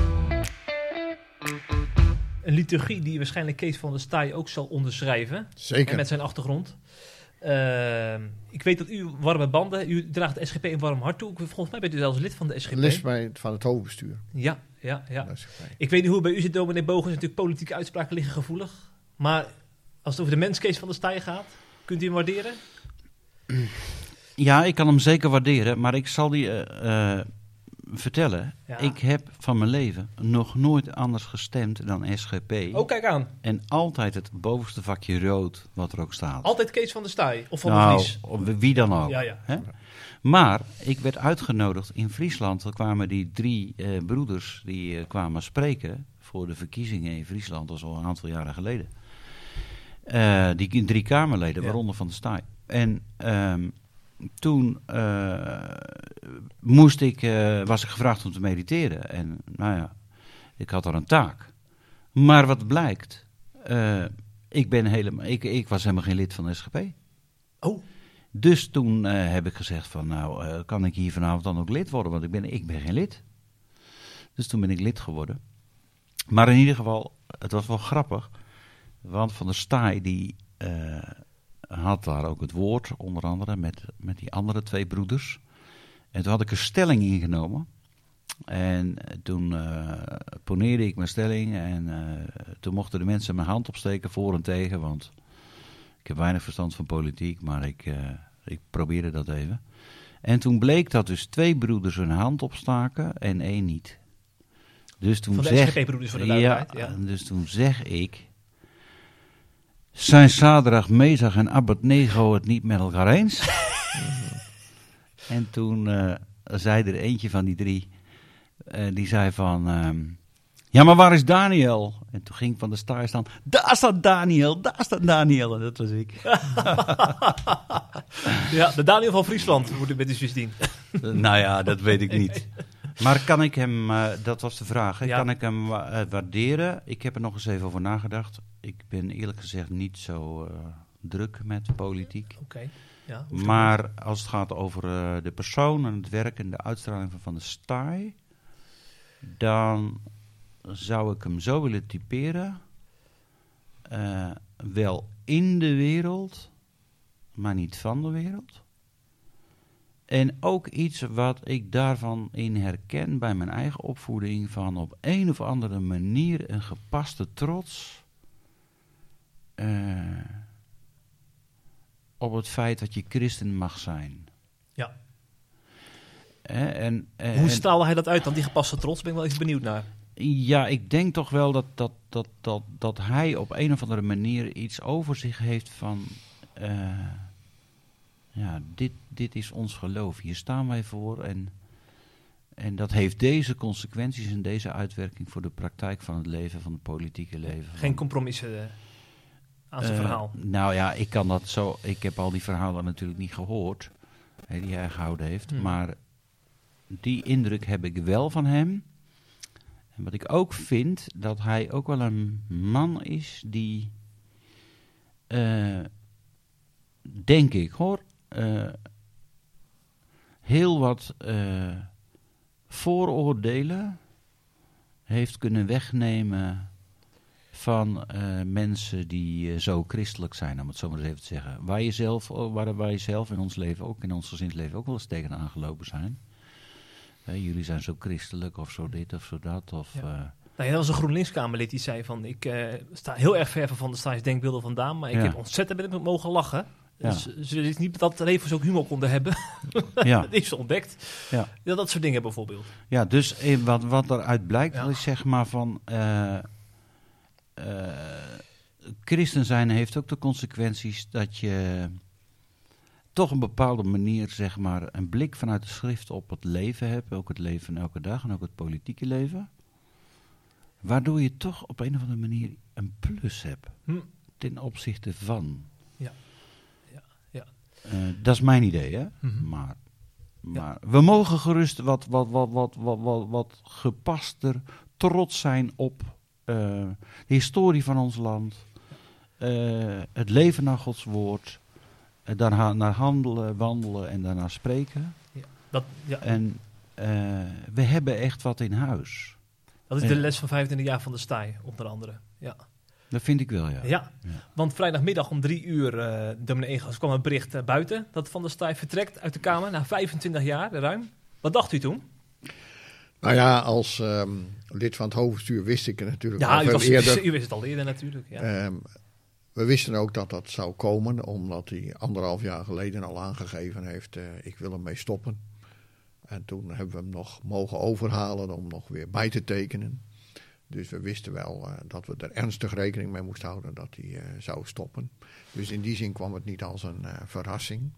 Een liturgie die waarschijnlijk Kees van der Staaij ook zal onderschrijven. Zeker. En met zijn achtergrond. Uh, ik weet dat u warme banden, u draagt de S G P een warm hart toe. Volgens mij bent u zelfs lid van de S G P. Lid bij, van het hoofdbestuur. Ja, ja, ja. Ik weet niet hoe het bij u zit, dominee Bogens. Natuurlijk politieke uitspraken liggen gevoelig. Maar als het over de mens Kees van der Staaij gaat, kunt u hem waarderen? Ja, ik kan hem zeker waarderen. Maar ik zal die uh, uh, vertellen. Ja. Ik heb van mijn leven nog nooit anders gestemd dan S G P. Oh, kijk aan. En altijd het bovenste vakje rood, wat er ook staat. Altijd Kees van der Staaij? Of van nou, de Vries? Wie dan ook. Ja, ja. Hè? Maar ik werd uitgenodigd in Friesland. Er kwamen die drie uh, broeders die uh, kwamen spreken voor de verkiezingen in Friesland. Dat is al een aantal jaren geleden. Uh, die drie Kamerleden, ja. waaronder Van der Staaij. En um, toen uh, moest ik, uh, was ik gevraagd om te mediteren. En nou ja, ik had er een taak. Maar wat blijkt, uh, ik, ben helemaal, ik, ik was helemaal geen lid van de S G P. Oh. Dus toen uh, heb ik gezegd van nou, uh, kan ik hier vanavond dan ook lid worden? Want ik ben, ik ben geen lid. Dus toen ben ik lid geworden. Maar in ieder geval, het was wel grappig. Want Van der Staaij die uh, had daar ook het woord, onder andere met, met die andere twee broeders. En toen had ik een stelling ingenomen. En toen uh, poneerde ik mijn stelling en uh, toen mochten de mensen mijn hand opsteken voor en tegen, want ik heb weinig verstand van politiek, maar ik, uh, ik probeerde dat even. En toen bleek dat dus twee broeders hun hand opstaken en één niet. Dus toen van de zeg, S G P-broeders voor de duidelijkheid. Ja, ja, dus toen zeg ik, zijn Sadrach, Mesach en Abednego het niet met elkaar eens? En toen uh, zei er eentje van die drie, uh, die zei van, um, ja, maar waar is Daniel? En toen ging Van der Staaij staan, daar staat Daniel, daar staat Daniel. En dat was ik. Ja, de Daniel van Friesland moet u met de zestien. uh, nou ja, dat weet ik niet. Maar kan ik hem, uh, dat was de vraag, hè? Ja. Kan ik hem uh, waarderen? Ik heb er nog eens even over nagedacht. Ik ben eerlijk gezegd niet zo, uh, druk met politiek. Oké. Okay. Ja, maar als het gaat over uh, de persoon en het werk en de uitstraling van Van der Staaij, dan zou ik hem zo willen typeren. Uh, wel in de wereld, maar niet van de wereld. En ook iets wat ik daarvan in herken bij mijn eigen opvoeding, van op een of andere manier een gepaste trots uh, op het feit dat je christen mag zijn. Ja. Eh, en, uh, Hoe en, staalde hij dat uit dan, die gepaste trots? Ben ik wel eens benieuwd naar. Ja, ik denk toch wel dat, dat, dat, dat, dat hij op een of andere manier iets over zich heeft van... Uh, ja, dit, dit is ons geloof. Hier staan wij voor. En, en dat heeft deze consequenties en deze uitwerking voor de praktijk van het leven, van het politieke leven. Geen compromissen uh, aan zijn uh, verhaal? Nou ja, ik kan dat zo... Ik heb al die verhalen natuurlijk niet gehoord, hè, die hij gehouden heeft. Hmm. Maar die indruk heb ik wel van hem. En wat ik ook vind, dat hij ook wel een man is die, uh, denk ik hoor, uh, heel wat uh, vooroordelen heeft kunnen wegnemen van uh, mensen die uh, zo christelijk zijn, om het zo maar eens even te zeggen. Waar, je zelf, waar wij zelf in ons leven, ook in ons gezinsleven, ook wel eens tegenaan gelopen zijn. Uh, jullie zijn zo christelijk of zo dit of zo dat. Of, ja. uh, nou ja, dat was een GroenLinks-Kamerlid die zei van... ik uh, sta heel erg ver van Van der Staaij's denkbeelden vandaan... maar ik ja. heb ontzettend met hem mogen lachen. Ja. Dus ze is niet dat levens ook humor konden hebben. Ja. Dat heeft ze ontdekt. Ja. Ja, dat soort dingen bijvoorbeeld. Ja, dus eh, wat, wat eruit blijkt, ja. is zeg maar van... Uh, uh, christen zijn heeft ook de consequenties dat je... toch een bepaalde manier, zeg maar, een blik vanuit de schrift op het leven hebt. Ook het leven elke dag en ook het politieke leven. Waardoor je toch op een of andere manier een plus hebt. Hm. Ten opzichte van. Ja. ja, ja. Uh, dat is mijn idee, hè. Mm-hmm. Maar, maar ja. we mogen gerust wat, wat, wat, wat, wat, wat, wat gepaster trots zijn op uh, de historie van ons land. Uh, het leven naar Gods woord. Daarna naar handelen, wandelen en daarna spreken. Ja, dat, ja. En uh, we hebben echt wat in huis. Dat is de les van vijfentwintig jaar Van der Staaij, onder andere. Ja. Dat vind ik wel, ja. Ja, ja. Want vrijdagmiddag om drie uur, uh, dominee Egas, kwam een bericht uh, buiten... dat Van der Staaij vertrekt uit de Kamer na vijfentwintig jaar, ruim. Wat dacht u toen? Nou ja, als um, lid van het hoofdbestuur wist ik het natuurlijk ja, al veel was, eerder. U wist het al eerder natuurlijk, ja. Um, We wisten ook dat dat zou komen, omdat hij anderhalf jaar geleden al aangegeven heeft, uh, ik wil ermee stoppen. En toen hebben we hem nog mogen overhalen om nog weer bij te tekenen. Dus we wisten wel uh, dat we er ernstig rekening mee moesten houden dat hij uh, zou stoppen. Dus in die zin kwam het niet als een uh, verrassing.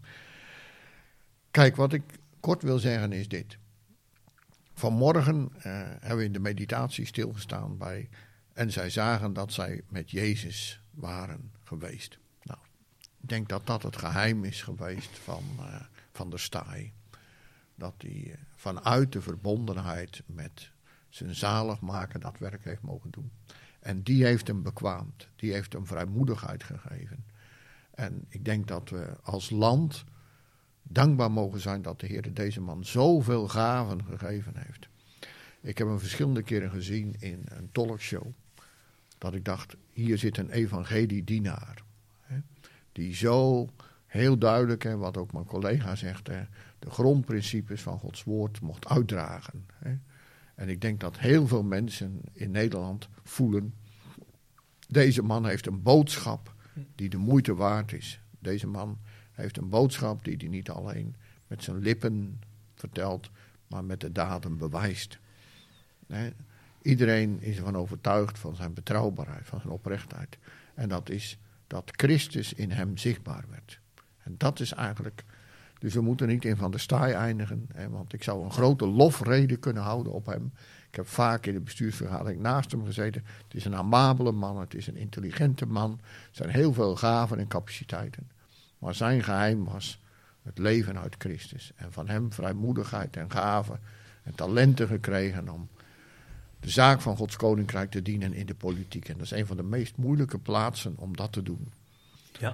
Kijk, wat ik kort wil zeggen is dit. Vanmorgen uh, hebben we in de meditatie stilgestaan bij... en zij zagen dat zij met Jezus waren geweest. Nou, ik denk dat dat het geheim is geweest van uh, Van der Staaij. Dat hij uh, vanuit de verbondenheid met zijn zaligmaker dat werk heeft mogen doen. En die heeft hem bekwaamd. Die heeft hem vrijmoedigheid gegeven. En ik denk dat we als land dankbaar mogen zijn dat de Heer deze man zoveel gaven gegeven heeft. Ik heb hem verschillende keren gezien in een talkshow. Dat ik dacht, hier zit een evangeliedienaar. Hè, die zo heel duidelijk, hè, wat ook mijn collega zegt, hè, de grondprincipes van Gods woord mocht uitdragen. Hè. En ik denk dat heel veel mensen in Nederland voelen, deze man heeft een boodschap die de moeite waard is. Deze man heeft een boodschap die hij niet alleen met zijn lippen vertelt, maar met de daden bewijst. Hè. Iedereen is ervan overtuigd van zijn betrouwbaarheid, van zijn oprechtheid. En dat is dat Christus in hem zichtbaar werd. En dat is eigenlijk... Dus we moeten niet in Van der Staaij eindigen. Hè, want ik zou een grote lofrede kunnen houden op hem. Ik heb vaak in de bestuursvergadering naast hem gezeten. Het is een amabele man, het is een intelligente man. Er zijn heel veel gaven en capaciteiten. Maar zijn geheim was het leven uit Christus. En van hem vrijmoedigheid en gaven en talenten gekregen om de zaak van Gods koninkrijk te dienen in de politiek. En dat is een van de meest moeilijke plaatsen om dat te doen. Ja.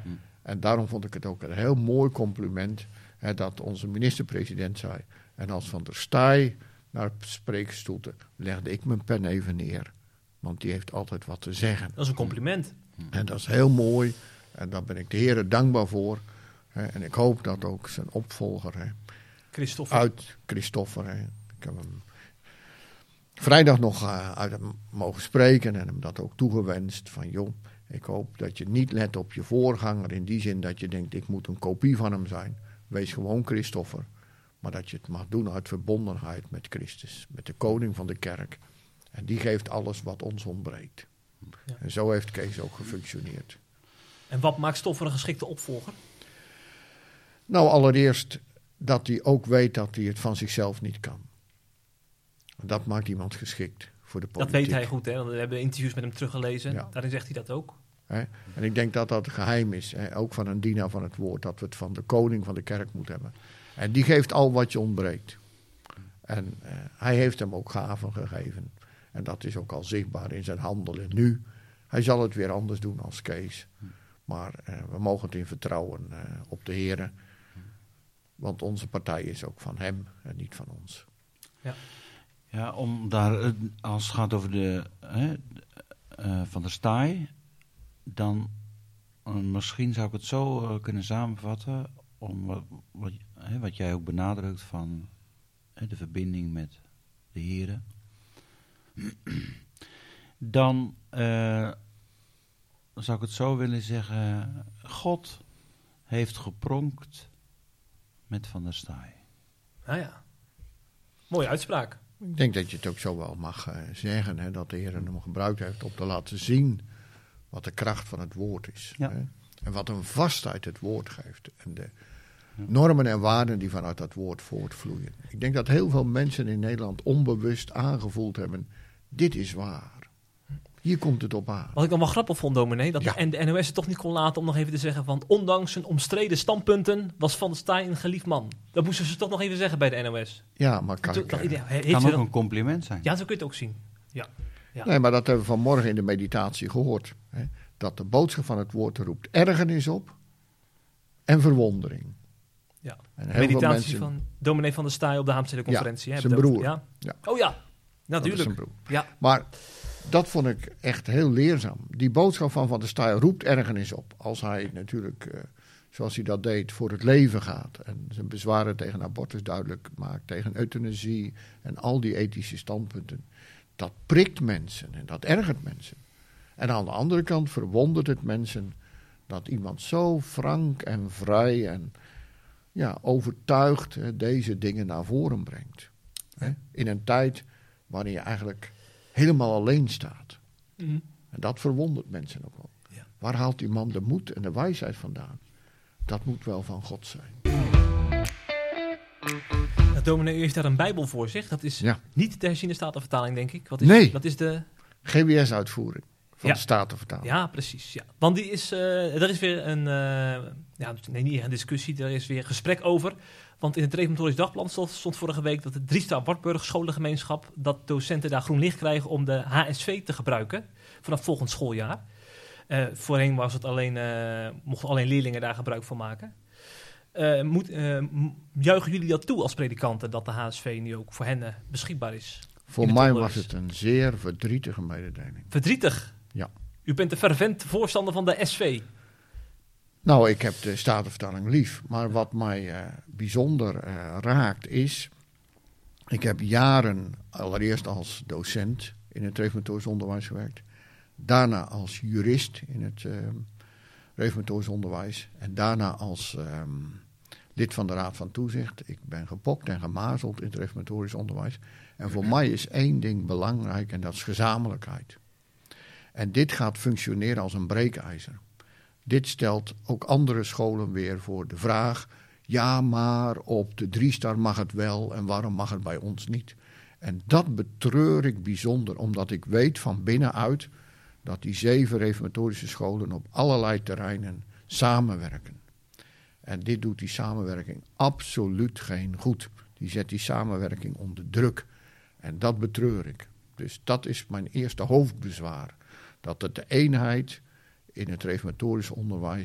En daarom vond ik het ook een heel mooi compliment hè, dat onze minister-president zei. En als Van der Staaij naar de spreekstoel te, legde ik mijn pen even neer. Want die heeft altijd wat te zeggen. Dat is een compliment. En dat is heel mooi. En daar ben ik de heren dankbaar voor. Hè. En ik hoop dat ook zijn opvolger, hè, Christopher. uit Christopher. Hè. Ik heb hem vrijdag nog uh, uit hem mogen spreken en hem dat ook toegewenst. Van joh, ik hoop dat je niet let op je voorganger in die zin dat je denkt ik moet een kopie van hem zijn. Wees gewoon Christopher. Maar dat je het mag doen uit verbondenheid met Christus. Met de koning van de kerk. En die geeft alles wat ons ontbreekt. Ja. En zo heeft Kees ook gefunctioneerd. En wat maakt Stoffer een geschikte opvolger? Nou, allereerst dat hij ook weet dat hij het van zichzelf niet kan. Dat maakt iemand geschikt voor de politiek. Dat weet hij goed, hè? Want we hebben interviews met hem teruggelezen. Ja. Daarin zegt hij dat ook. Hè? En ik denk dat dat het geheim is, hè? Ook van een dienaar van het woord, dat we het van de koning van de kerk moeten hebben. En die geeft al wat je ontbreekt. En uh, hij heeft hem ook gaven gegeven. En dat is ook al zichtbaar in zijn handelen nu. Hij zal het weer anders doen als Kees. Maar uh, we mogen het in vertrouwen uh, op de Here. Want onze partij is ook van hem en niet van ons. Ja. Ja, om daar, eh, als het gaat over de hè, uh, Van der Staaij, dan uh, misschien zou ik het zo uh, kunnen samenvatten, om wat, wat, hè, wat jij ook benadrukt van hè, de verbinding met de Here. Dan uh, zou ik het zo willen zeggen, God heeft gepronkt met Van der Staaij. Nou ja, mooie uitspraak. Ik denk dat je het ook zo wel mag uh, zeggen, hè, dat de Heer hem gebruikt heeft om te laten zien wat de kracht van het woord is. Ja. Hè, en wat een vastheid het woord geeft. En de ja. normen en waarden die vanuit dat woord voortvloeien. Ik denk dat heel veel mensen in Nederland onbewust aangevoeld hebben, dit is waar. Hier komt het op aan. Wat ik dan wel grappig vond, dominee, dat Ja. de, de N O S het toch niet kon laten om nog even te zeggen van ondanks zijn omstreden standpunten was Van der Staaij een geliefd man. Dat moesten ze toch nog even zeggen bij de N O S. Ja, maar kijk, Toen dacht uh, ik, ja, he- heeft Kan ze ook dan- een compliment zijn. Ja, zo kun je het ook zien. Ja. Ja. Nee, maar dat hebben we vanmorgen in de meditatie gehoord. Hè, dat de boodschap van het woord roept ergernis op en verwondering. Ja. En heel veel Meditatie mensen, van dominee Van der Staaij op de Haamstede-conferentie. Ja, hè, zijn hebben we broer. het over. Ja? Ja. Oh ja, dat is natuurlijk. zijn broer. Ja. Maar dat vond ik echt heel leerzaam. Die boodschap van Van der Staaij roept ergernis op. Als hij natuurlijk, uh, zoals hij dat deed, voor het leven gaat. En zijn bezwaren tegen abortus duidelijk maakt. Tegen euthanasie en al die ethische standpunten. Dat prikt mensen en dat ergert mensen. En aan de andere kant verwondert het mensen dat iemand zo frank en vrij en ja, overtuigd hè, deze dingen naar voren brengt. Hè? In een tijd waarin je eigenlijk helemaal alleen staat. Mhm. En dat verwondert mensen ook wel. Ja. Waar haalt die man de moed en de wijsheid vandaan? Dat moet wel van God zijn. Ja, dominee, u heeft daar een Bijbel voor zich. Dat is Ja. niet de herziene statenvertaling, denk ik. Wat is, Nee. Dat is de... G W S-uitvoering van Ja. de Statenvertaling. Ja, precies. Ja. Want die is, uh, er is weer een, uh, ja, nee, niet een discussie, er is weer gesprek over. Want in het Reformatorisch Dagblad stond, stond vorige week dat de Driestar-Wartburg scholengemeenschap, dat docenten daar groen licht krijgen om de H S V te gebruiken vanaf volgend schooljaar. Uh, voorheen was het alleen, uh, mochten alleen leerlingen daar gebruik van maken. Uh, moet, uh, juichen jullie dat toe als predikanten, dat de H S V nu ook voor hen uh, beschikbaar is? Voor in het mij onderwijs? was het een zeer verdrietige mededeling. Verdrietig. Ja. U bent de fervent voorstander van de S V. Nou, ik heb de Statenvertaling lief. Maar wat mij uh, bijzonder uh, raakt is... Ik heb jaren allereerst als docent in het reformatorisch onderwijs gewerkt. Daarna als jurist in het uh, reformatorisch onderwijs. En daarna als um, lid van de Raad van Toezicht. Ik ben gepokt en gemazeld in het reformatorisch onderwijs. En voor mij is één ding belangrijk en dat is gezamenlijkheid. En dit gaat functioneren als een breekijzer. Dit stelt ook andere scholen weer voor de vraag... ja, maar op de Driestar mag het wel en waarom mag het bij ons niet? En dat betreur ik bijzonder, omdat ik weet van binnenuit... dat die zeven reformatorische scholen op allerlei terreinen samenwerken. En dit doet die samenwerking absoluut geen goed. Die zet die samenwerking onder druk. En dat betreur ik. Dus dat is mijn eerste hoofdbezwaar. Dat het de eenheid in het reformatorisch onderwijs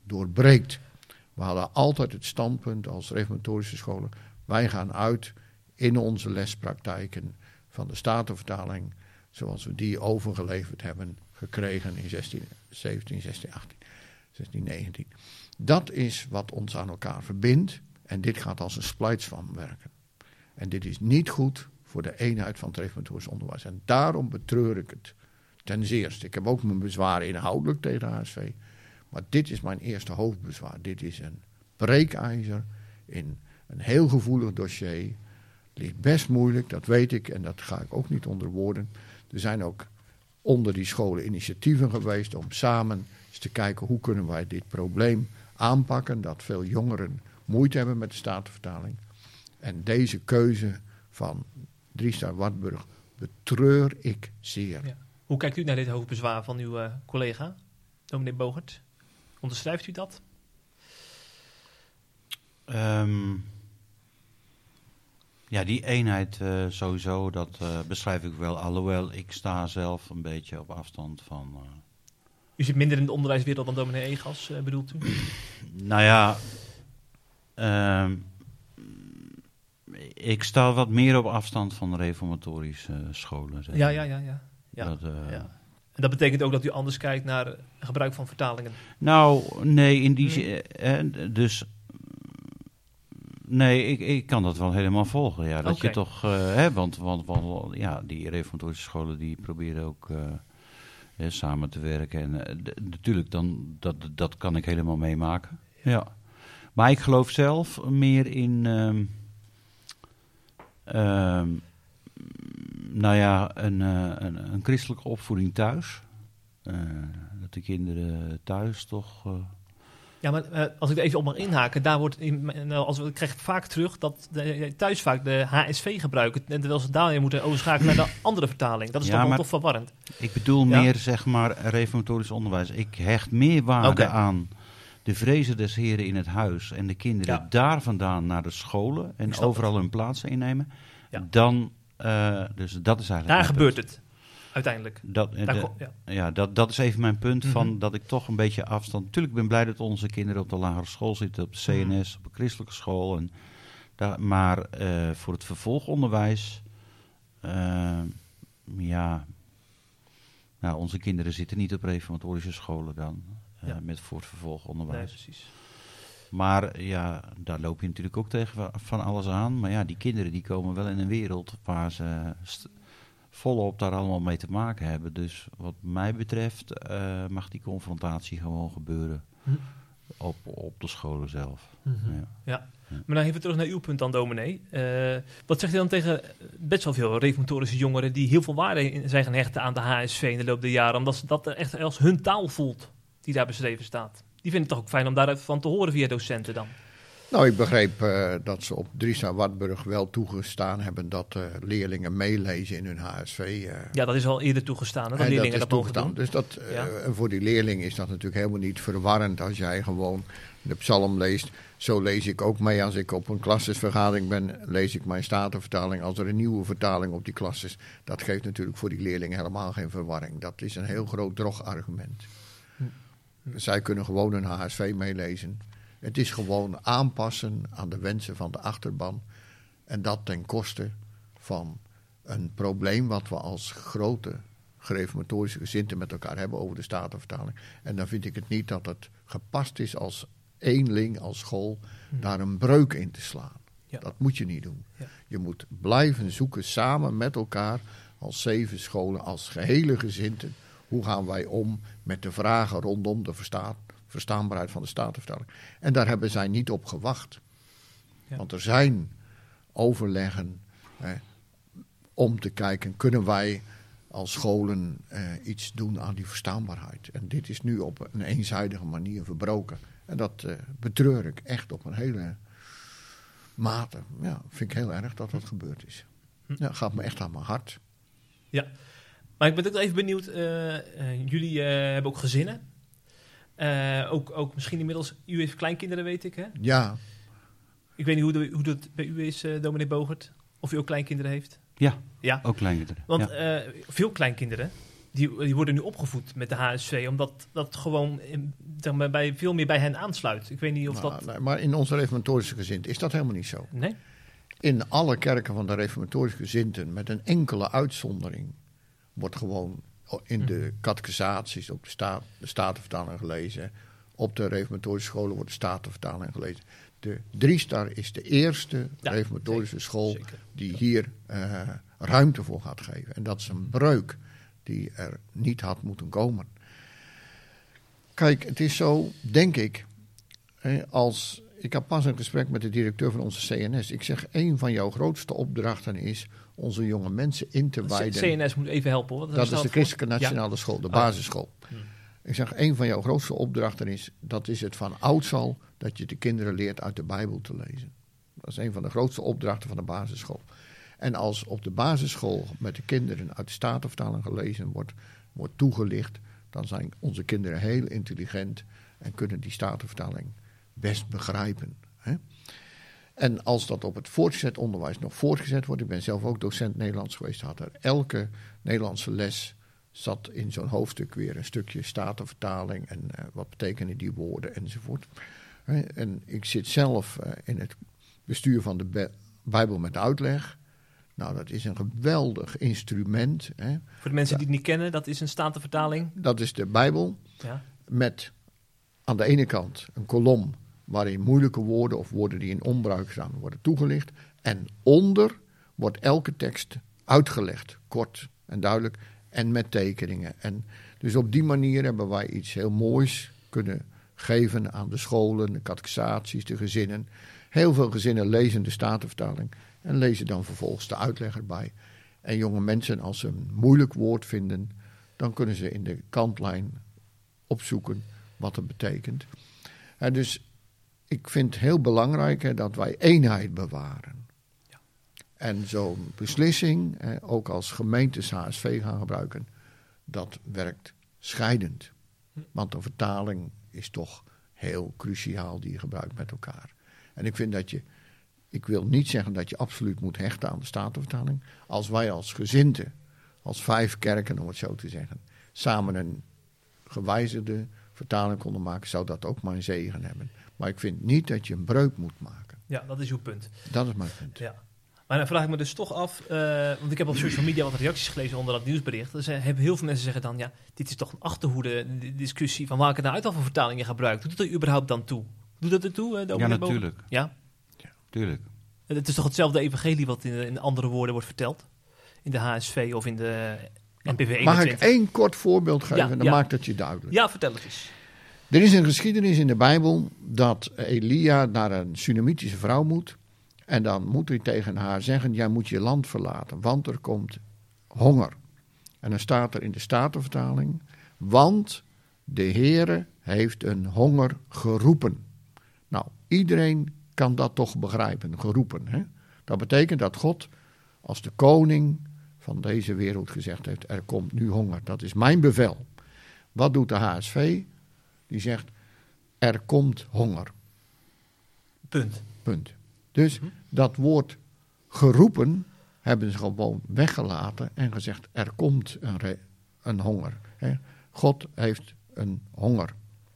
doorbreekt. We hadden altijd het standpunt als reformatorische scholen, wij gaan uit in onze lespraktijken van de Statenvertaling, zoals we die overgeleverd hebben gekregen in zestien zeventien, zestien achttien, zestien negentien. Dat is wat ons aan elkaar verbindt en dit gaat als een splijtswam werken. En dit is niet goed voor de eenheid van het reformatorisch onderwijs. En daarom betreur ik het ten zeerste. Ik heb ook mijn bezwaren inhoudelijk tegen de H S V. Maar dit is mijn eerste hoofdbezwaar. Dit is een breekijzer in een heel gevoelig dossier. Het ligt best moeilijk, dat weet ik en dat ga ik ook niet onder woorden. Er zijn ook onder die scholen initiatieven geweest om samen eens te kijken hoe kunnen wij dit probleem aanpakken. Dat veel jongeren moeite hebben met de Statenvertaling. En deze keuze van Driestar Wartburg betreur ik zeer. Ja. Hoe kijkt u naar dit hoofdbezwaar van uw uh, collega, dominee Bogert? Onderschrijft u dat? Um, ja, die eenheid uh, sowieso, dat uh, beschrijf ik wel. Alhoewel, ik sta zelf een beetje op afstand van... Uh, u zit minder in de onderwijswereld dan dominee Egas, uh, bedoelt u? Nou ja... Um, ik sta wat meer op afstand van de reformatorische uh, scholen. Zeg. Ja, ja, ja. ja. ja. Dat, uh, ja. En dat betekent ook dat u anders kijkt naar gebruik van vertalingen? Nou, nee, in die zin... Eh, dus... Nee, ik, ik kan dat wel helemaal volgen. Ja, dat okay. je toch... Uh, hè, want, want, want ja, die reformatorische scholen die proberen ook uh, ja, samen te werken. En uh, d- natuurlijk, dan, dat, dat kan ik helemaal meemaken. Ja. ja. Maar ik geloof zelf meer in... Um, um, nou ja, een, uh, een, een christelijke opvoeding thuis. Uh, dat de kinderen thuis toch... Uh, Ja, maar uh, als ik er even op mag inhaken, daar wordt in, nou, als we, ik krijg vaak terug dat de, thuis vaak de H S V gebruiken, en terwijl ze daarin moeten overschakelen naar de andere vertaling. Dat is ja, toch wel toch verwarrend. Ik bedoel ja? meer, zeg maar, reformatorisch onderwijs. Ik hecht meer waarde okay. aan de vrezen des Heren in het huis en de kinderen ja. daar vandaan naar de scholen en overal het. hun plaatsen innemen, ja. dan, uh, dus dat is eigenlijk... Daar gebeurt punt. het. Uiteindelijk. Dat, de, kom, ja, ja dat, dat is even mijn punt mm-hmm. van dat ik toch een beetje afstand... Tuurlijk ben ik blij dat onze kinderen op de lagere school zitten, op de C N S, mm-hmm. op een christelijke school. En daar, maar uh, voor het vervolgonderwijs, uh, ja... Nou, onze kinderen zitten niet op reformatorische scholen dan, uh, ja. met voor het vervolgonderwijs. Nee, precies. Maar ja, daar loop je natuurlijk ook tegen van alles aan. Maar ja, die kinderen die komen wel in een wereld waar ze... St- volop daar allemaal mee te maken hebben. Dus wat mij betreft uh, mag die confrontatie gewoon gebeuren hm. op, op de scholen zelf. Mm-hmm. Ja. Ja. ja, maar dan even terug naar uw punt dan, dominee. Uh, wat zegt u dan tegen best wel veel reformatorische jongeren die heel veel waarde zijn gaan hechten aan de H S V in de loop der jaren, omdat ze dat echt als hun taal voelt die daar beschreven staat? Die vinden het toch ook fijn om daarvan te horen via docenten dan? Nou, ik begreep uh, dat ze op Driestar Wartburg wel toegestaan hebben dat uh, leerlingen meelezen in hun H S V. Uh. Ja, dat is al eerder toegestaan, hè, dat leerlingen dat, dat mogen doen. Dus dat, uh, ja. uh, voor die leerling is dat natuurlijk helemaal niet verwarrend als jij gewoon de psalm leest. Zo lees ik ook mee als ik op een klassenvergadering ben, lees ik mijn statenvertaling. Als er een nieuwe vertaling op die klas is, dat geeft natuurlijk voor die leerling helemaal geen verwarring. Dat is een heel groot drogargument. Hm. Hm. Zij kunnen gewoon een H S V meelezen. Het is gewoon aanpassen aan de wensen van de achterban. En dat ten koste van een probleem wat we als grote gereformatorische gezinten met elkaar hebben over de statenvertaling. En dan vind ik het niet dat het gepast is als eenling, als school, hmm. daar een breuk in te slaan. Ja. Dat moet je niet doen. Ja. Je moet blijven zoeken samen met elkaar als zeven scholen, als gehele gezinten. Hoe gaan wij om met de vragen rondom de verstaat? verstaanbaarheid van de statenvertaling. En daar hebben zij niet op gewacht. Ja. Want er zijn overleggen eh, om te kijken, kunnen wij als scholen eh, iets doen aan die verstaanbaarheid. En dit is nu op een eenzijdige manier verbroken. En dat eh, betreur ik echt op een hele mate. Ja, vind ik heel erg dat dat gebeurd is. Ja, gaat me echt aan mijn hart. Ja, maar ik ben ook even benieuwd. Uh, uh, jullie uh, hebben ook gezinnen. Uh, ook, ook misschien inmiddels, u heeft kleinkinderen, weet ik, hè? Ja. Ik weet niet hoe, de, hoe dat bij u is, uh, dominee Bogert. Of u ook kleinkinderen heeft. Ja, ja. ook kleinkinderen. Want ja. uh, veel kleinkinderen die, die worden nu opgevoed met de H S V, omdat dat gewoon in, zeg maar, bij, veel meer bij hen aansluit. Ik weet niet of Nou, dat... nee, maar in onze reformatorische gezinten is dat helemaal niet zo. Nee? In alle kerken van de reformatorische gezinten, met een enkele uitzondering, wordt gewoon in de catechisaties op de, sta, de Statenvertaling gelezen. Op de reformatorische scholen wordt de Statenvertaling gelezen. De Driestar is de eerste Ja, reformatorische zeker, school zeker. die hier uh, ruimte voor gaat geven. En dat is een breuk die er niet had moeten komen. Kijk, het is zo, denk ik, als... Ik had pas een gesprek met de directeur van onze C N S. Ik zeg, een van jouw grootste opdrachten is onze jonge mensen in te wijden. C N S moet even helpen hoor. Dat is de Christelijke Nationale ja. School, de basisschool. Hmm. Ik zeg, een van jouw grootste opdrachten is, dat is het van ouds al, dat je de kinderen leert uit de Bijbel te lezen. Dat is een van de grootste opdrachten van de basisschool. En als op de basisschool met de kinderen uit de Statenvertaling gelezen wordt, wordt toegelicht, dan zijn onze kinderen heel intelligent en kunnen die Statenvertaling best begrijpen. Hè? En als dat op het voortgezet onderwijs nog voortgezet wordt, ik ben zelf ook docent Nederlands geweest, had er elke Nederlandse les zat in zo'n hoofdstuk weer een stukje Statenvertaling en uh, wat betekenen die woorden enzovoort. Hè? En ik zit zelf uh, in het bestuur van de Be- Bijbel met uitleg. Nou, dat is een geweldig instrument. Hè? Voor de mensen die het niet kennen, dat is een Statenvertaling. Dat is de Bijbel Ja. met aan de ene kant een kolom waarin moeilijke woorden of woorden die in onbruik staan worden toegelicht. En onder wordt elke tekst uitgelegd, kort en duidelijk, en met tekeningen. En dus op die manier hebben wij iets heel moois kunnen geven aan de scholen, de catechisaties, de gezinnen. Heel veel gezinnen lezen de Statenvertaling en lezen dan vervolgens de uitleg erbij. En jonge mensen, als ze een moeilijk woord vinden, dan kunnen ze in de kantlijn opzoeken wat het betekent. En dus ik vind het heel belangrijk hè, dat wij eenheid bewaren. Ja. En zo'n beslissing, hè, ook als gemeentes H S V gaan gebruiken, dat werkt scheidend. Want een vertaling is toch heel cruciaal die je gebruikt met elkaar. En ik vind dat je, ik wil niet zeggen dat je absoluut moet hechten aan de Statenvertaling. Als wij als gezinten, als vijf kerken om het zo te zeggen, samen een gewijzigde vertaling konden maken, zou dat ook mijn zegen hebben. Maar ik vind niet dat je een breuk moet maken. Ja, dat is uw punt. Dat is mijn punt. Ja. Maar dan vraag ik me dus toch af, uh, want ik heb op social media wat reacties gelezen onder dat nieuwsbericht. Dus uh, hebben heel veel mensen zeggen dan, ja, dit is toch een achterhoede discussie van welke nou uit al voor vertaling je gebruikt. Doet dat er überhaupt dan toe? Doet dat er toe? Uh, ja, natuurlijk. Ja? Ja, tuurlijk. Uh, het is toch hetzelfde evangelie wat in, in andere woorden wordt verteld? In de H S V of in de N P V eenentwintig. Mag ik één kort voorbeeld geven? Ja, dan ja. maakt het je duidelijk. Ja, vertel het eens. Er is een geschiedenis in de Bijbel dat Elia naar een Sunamitische vrouw moet. En dan moet hij tegen haar zeggen, jij moet je land verlaten, want er komt honger. En dan staat er in de Statenvertaling, want de Heere heeft een honger geroepen. Nou, iedereen kan dat toch begrijpen, geroepen. Hè? Dat betekent dat God als de koning van deze wereld gezegd heeft, er komt nu honger. Dat is mijn bevel. Wat doet de H S V? Die zegt, er komt honger. Punt. Punt. Dus hm. dat woord geroepen hebben ze gewoon weggelaten en gezegd, er komt een, re- een honger. Hè? God heeft een honger.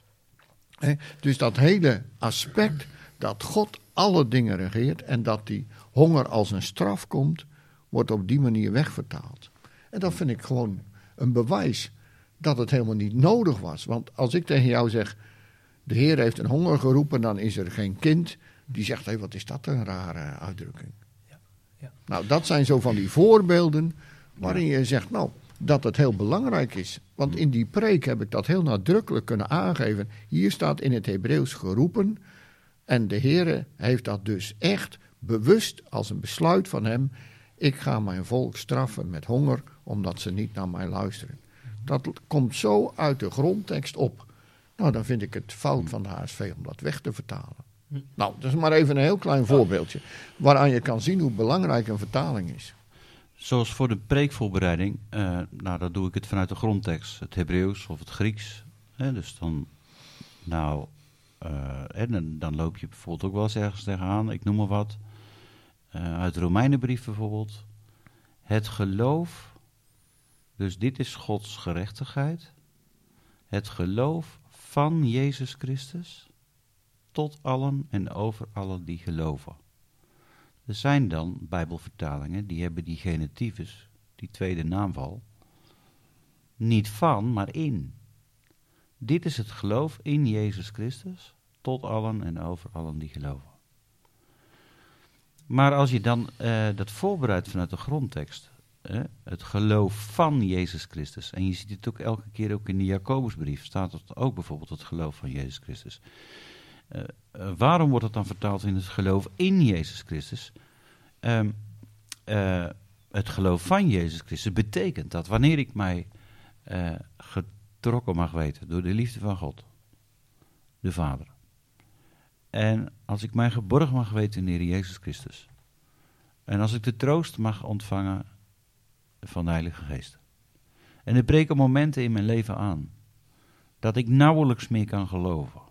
Hè? Dus dat hele aspect dat God alle dingen regeert en dat die honger als een straf komt, wordt op die manier wegvertaald. En dat vind ik gewoon een bewijs dat het helemaal niet nodig was. Want als ik tegen jou zeg, de Heer heeft een honger geroepen, dan is er geen kind die zegt, hé, wat is dat een rare uitdrukking. Ja, ja. Nou, dat zijn zo van die voorbeelden waarin je zegt, nou, dat het heel belangrijk is. Want in die preek heb ik dat heel nadrukkelijk kunnen aangeven. Hier staat in het Hebreeuws geroepen. En de Heer heeft dat dus echt bewust als een besluit van hem. Ik ga mijn volk straffen met honger, omdat ze niet naar mij luisteren. Dat komt zo uit de grondtekst op. Nou, dan vind ik het fout van de H S V om dat weg te vertalen. Nou, dat is maar even een heel klein voorbeeldje, waaraan je kan zien hoe belangrijk een vertaling is. Zoals voor de preekvoorbereiding, uh, nou, dan doe ik het vanuit de grondtekst, het Hebreeuws of het Grieks. Hè, dus dan, nou, uh, en dan, dan loop je bijvoorbeeld ook wel eens ergens tegenaan, ik noem maar wat. Uh, uit de Romeinenbrief bijvoorbeeld. Het geloof Dus dit is Gods gerechtigheid. Het geloof van Jezus Christus tot allen en over allen die geloven. Er zijn dan Bijbelvertalingen die hebben die genitivus, die tweede naamval, niet van, maar in. Dit is het geloof in Jezus Christus tot allen en over allen die geloven. Maar als je dan uh, dat voorbereidt vanuit de grondtekst, uh, het geloof van Jezus Christus, en je ziet het ook elke keer ook in de Jacobusbrief, staat het ook bijvoorbeeld het geloof van Jezus Christus. Uh, uh, waarom wordt het dan vertaald in het geloof in Jezus Christus? Um, uh, het geloof van Jezus Christus betekent dat wanneer ik mij uh, getrokken mag weten door de liefde van God, de Vader, en als ik mij geborgen mag weten in de Heer Jezus Christus, en als ik de troost mag ontvangen van de Heilige Geest, en er breken momenten in mijn leven aan dat ik nauwelijks meer kan geloven.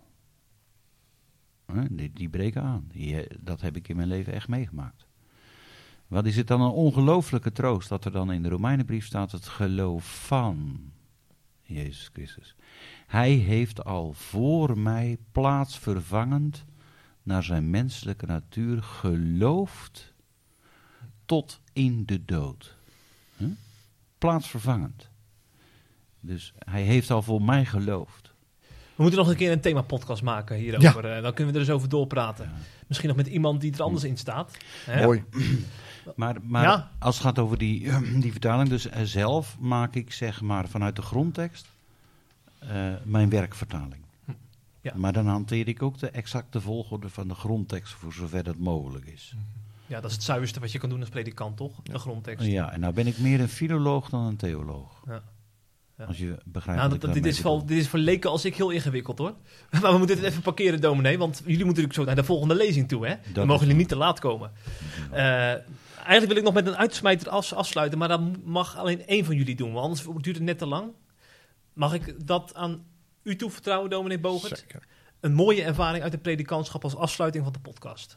Die, die breken aan. Die, dat heb ik in mijn leven echt meegemaakt. Wat is het dan een ongelooflijke troost dat er dan in de Romeinenbrief staat het geloof van Jezus Christus. Hij heeft al voor mij plaatsvervangend naar zijn menselijke natuur geloofd tot in de dood. Huh? Plaatsvervangend. Dus hij heeft al voor mij geloofd. We moeten nog een keer een themapodcast maken hierover. Ja. Uh, dan kunnen we er eens over doorpraten. Ja. Misschien nog met iemand die er anders in staat. Hè? Mooi. Maar, maar ja. als het gaat over die, uh, die vertaling, dus uh, zelf maak ik zeg maar vanuit de grondtekst uh, mijn werkvertaling. Ja. Maar dan hanteer ik ook de exacte volgorde van de grondtekst voor zover dat mogelijk is. Ja, dat is het zuiverste wat je kan doen als predikant, toch? De grondtekst. Ja, en nou ben ik meer een filoloog dan een theoloog. Ja. Ja. Als je begrijpt nou, dat, dit, is voor, dit is voor leken als ik heel ingewikkeld, hoor. Maar we moeten dit even parkeren, dominee, want jullie moeten natuurlijk zo naar de volgende lezing toe, hè? Dan mogen jullie niet te laat komen. Uh, eigenlijk wil ik nog met een uitsmijter af, afsluiten, maar dat mag alleen één van jullie doen, want anders duurt het net te lang. Mag ik dat aan u toevertrouwen, dominee Bogert? Zeker. Een mooie ervaring uit de predikantschap als afsluiting van de podcast.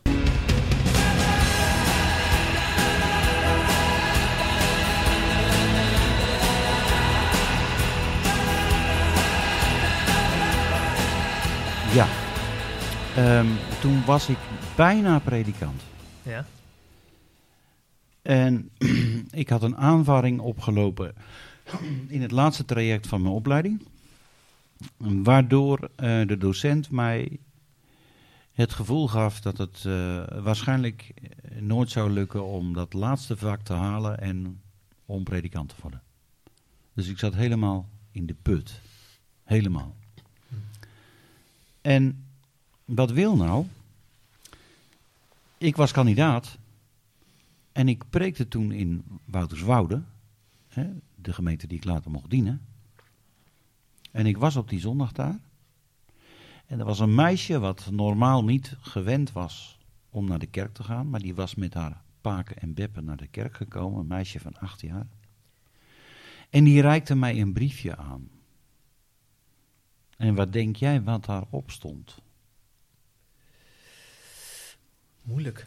Ja, um, toen was ik bijna predikant. Ja. En ik had een aanvaring opgelopen in het laatste traject van mijn opleiding, waardoor uh, de docent mij het gevoel gaf dat het uh, waarschijnlijk nooit zou lukken om dat laatste vak te halen en om predikant te worden. Dus ik zat helemaal in de put. Helemaal. En wat wil nou? Ik was kandidaat en ik preekte toen in Wouterswoude, hè, de gemeente die ik later mocht dienen. En ik was op die zondag daar. En er was een meisje wat normaal niet gewend was om naar de kerk te gaan, maar die was met haar paken en beppen naar de kerk gekomen, een meisje van acht jaar. En die reikte mij een briefje aan. En wat denk jij wat daarop stond? Moeilijk.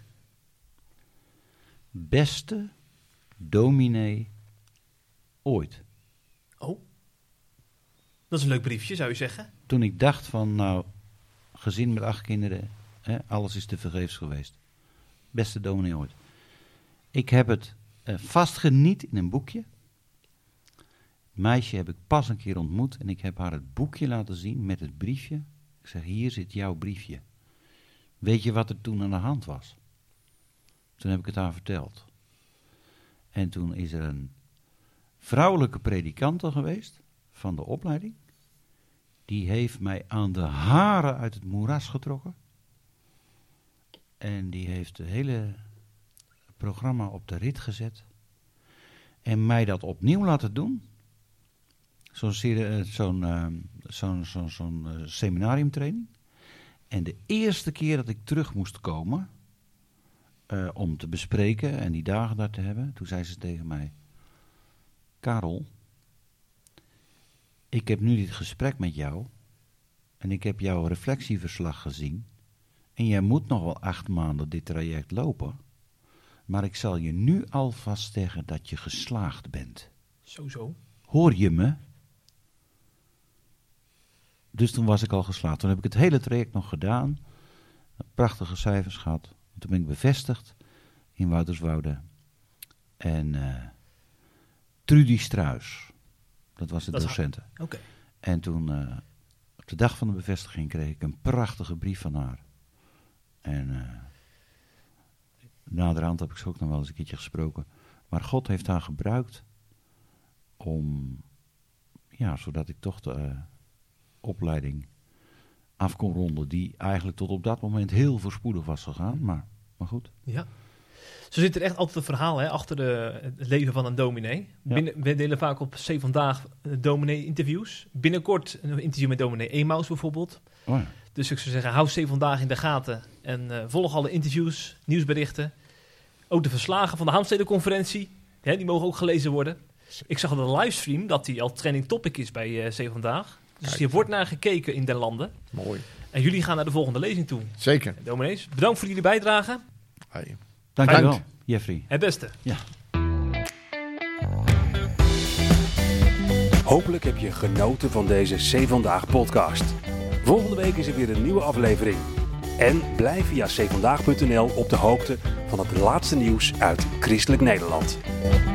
Beste dominee ooit. Oh. Dat is een leuk briefje, zou je zeggen. Toen ik dacht van, nou, gezin met acht kinderen, hè, alles is te vergeefs geweest. Beste dominee ooit. Ik heb het uh, vastgeniet in een boekje. Het meisje heb ik pas een keer ontmoet en ik heb haar het boekje laten zien met het briefje. Ik zeg, hier zit jouw briefje. Weet je wat er toen aan de hand was? Toen heb ik het haar verteld. En toen is er een vrouwelijke predikante geweest van de opleiding. Die heeft mij aan de haren uit het moeras getrokken. En die heeft het hele programma op de rit gezet. En mij dat opnieuw laten doen. Zo'n zo'n uh, zo'n zo'n zo'n uh, seminariumtraining. En de eerste keer dat ik terug moest komen uh, om te bespreken en die dagen daar te hebben, toen zei ze tegen mij, Karel, ik heb nu dit gesprek met jou en ik heb jouw reflectieverslag gezien en jij moet nog wel acht maanden dit traject lopen, maar ik zal je nu alvast zeggen dat je geslaagd bent. Zo zo. hoor je me? Dus toen was ik al geslaagd. Toen heb ik het hele traject nog gedaan. Prachtige cijfers gehad. Toen ben ik bevestigd in Wouterswoude. En uh, Trudy Struis, dat was de Dat docente. Oké. Okay. En toen, uh, op de dag van de bevestiging, kreeg ik een prachtige brief van haar. En uh, naderhand heb ik ze ook nog wel eens een keertje gesproken. Maar God heeft haar gebruikt om, ja, zodat ik toch de uh, opleiding af kon ronden, die eigenlijk tot op dat moment heel voorspoedig was gegaan. Maar, maar goed. Ja. Zo zit er echt altijd een verhaal hè, achter de, het leven van een dominee. Ja. Binnen, we delen vaak op C Vandaag dominee-interviews. Binnenkort een interview met dominee Emaus bijvoorbeeld. Oh ja. Dus ik zou zeggen, hou C Vandaag in de gaten en uh, volg alle interviews, nieuwsberichten. Ook de verslagen van de Haamstede-conferentie, hè, die mogen ook gelezen worden. Ik zag op de livestream dat die al trending topic is bij uh, C Vandaag. Dus Kijk. hier wordt naar gekeken in den landen. Mooi. En jullie gaan naar de volgende lezing toe. Zeker. Dominees, bedankt voor jullie bijdrage. Hey. Dank je wel, Dank. Jeffrey. Het beste. Ja. Hopelijk heb je genoten van deze C Vandaag podcast. Volgende week is er weer een nieuwe aflevering. En blijf via c vandaag punt n l op de hoogte van het laatste nieuws uit Christelijk Nederland.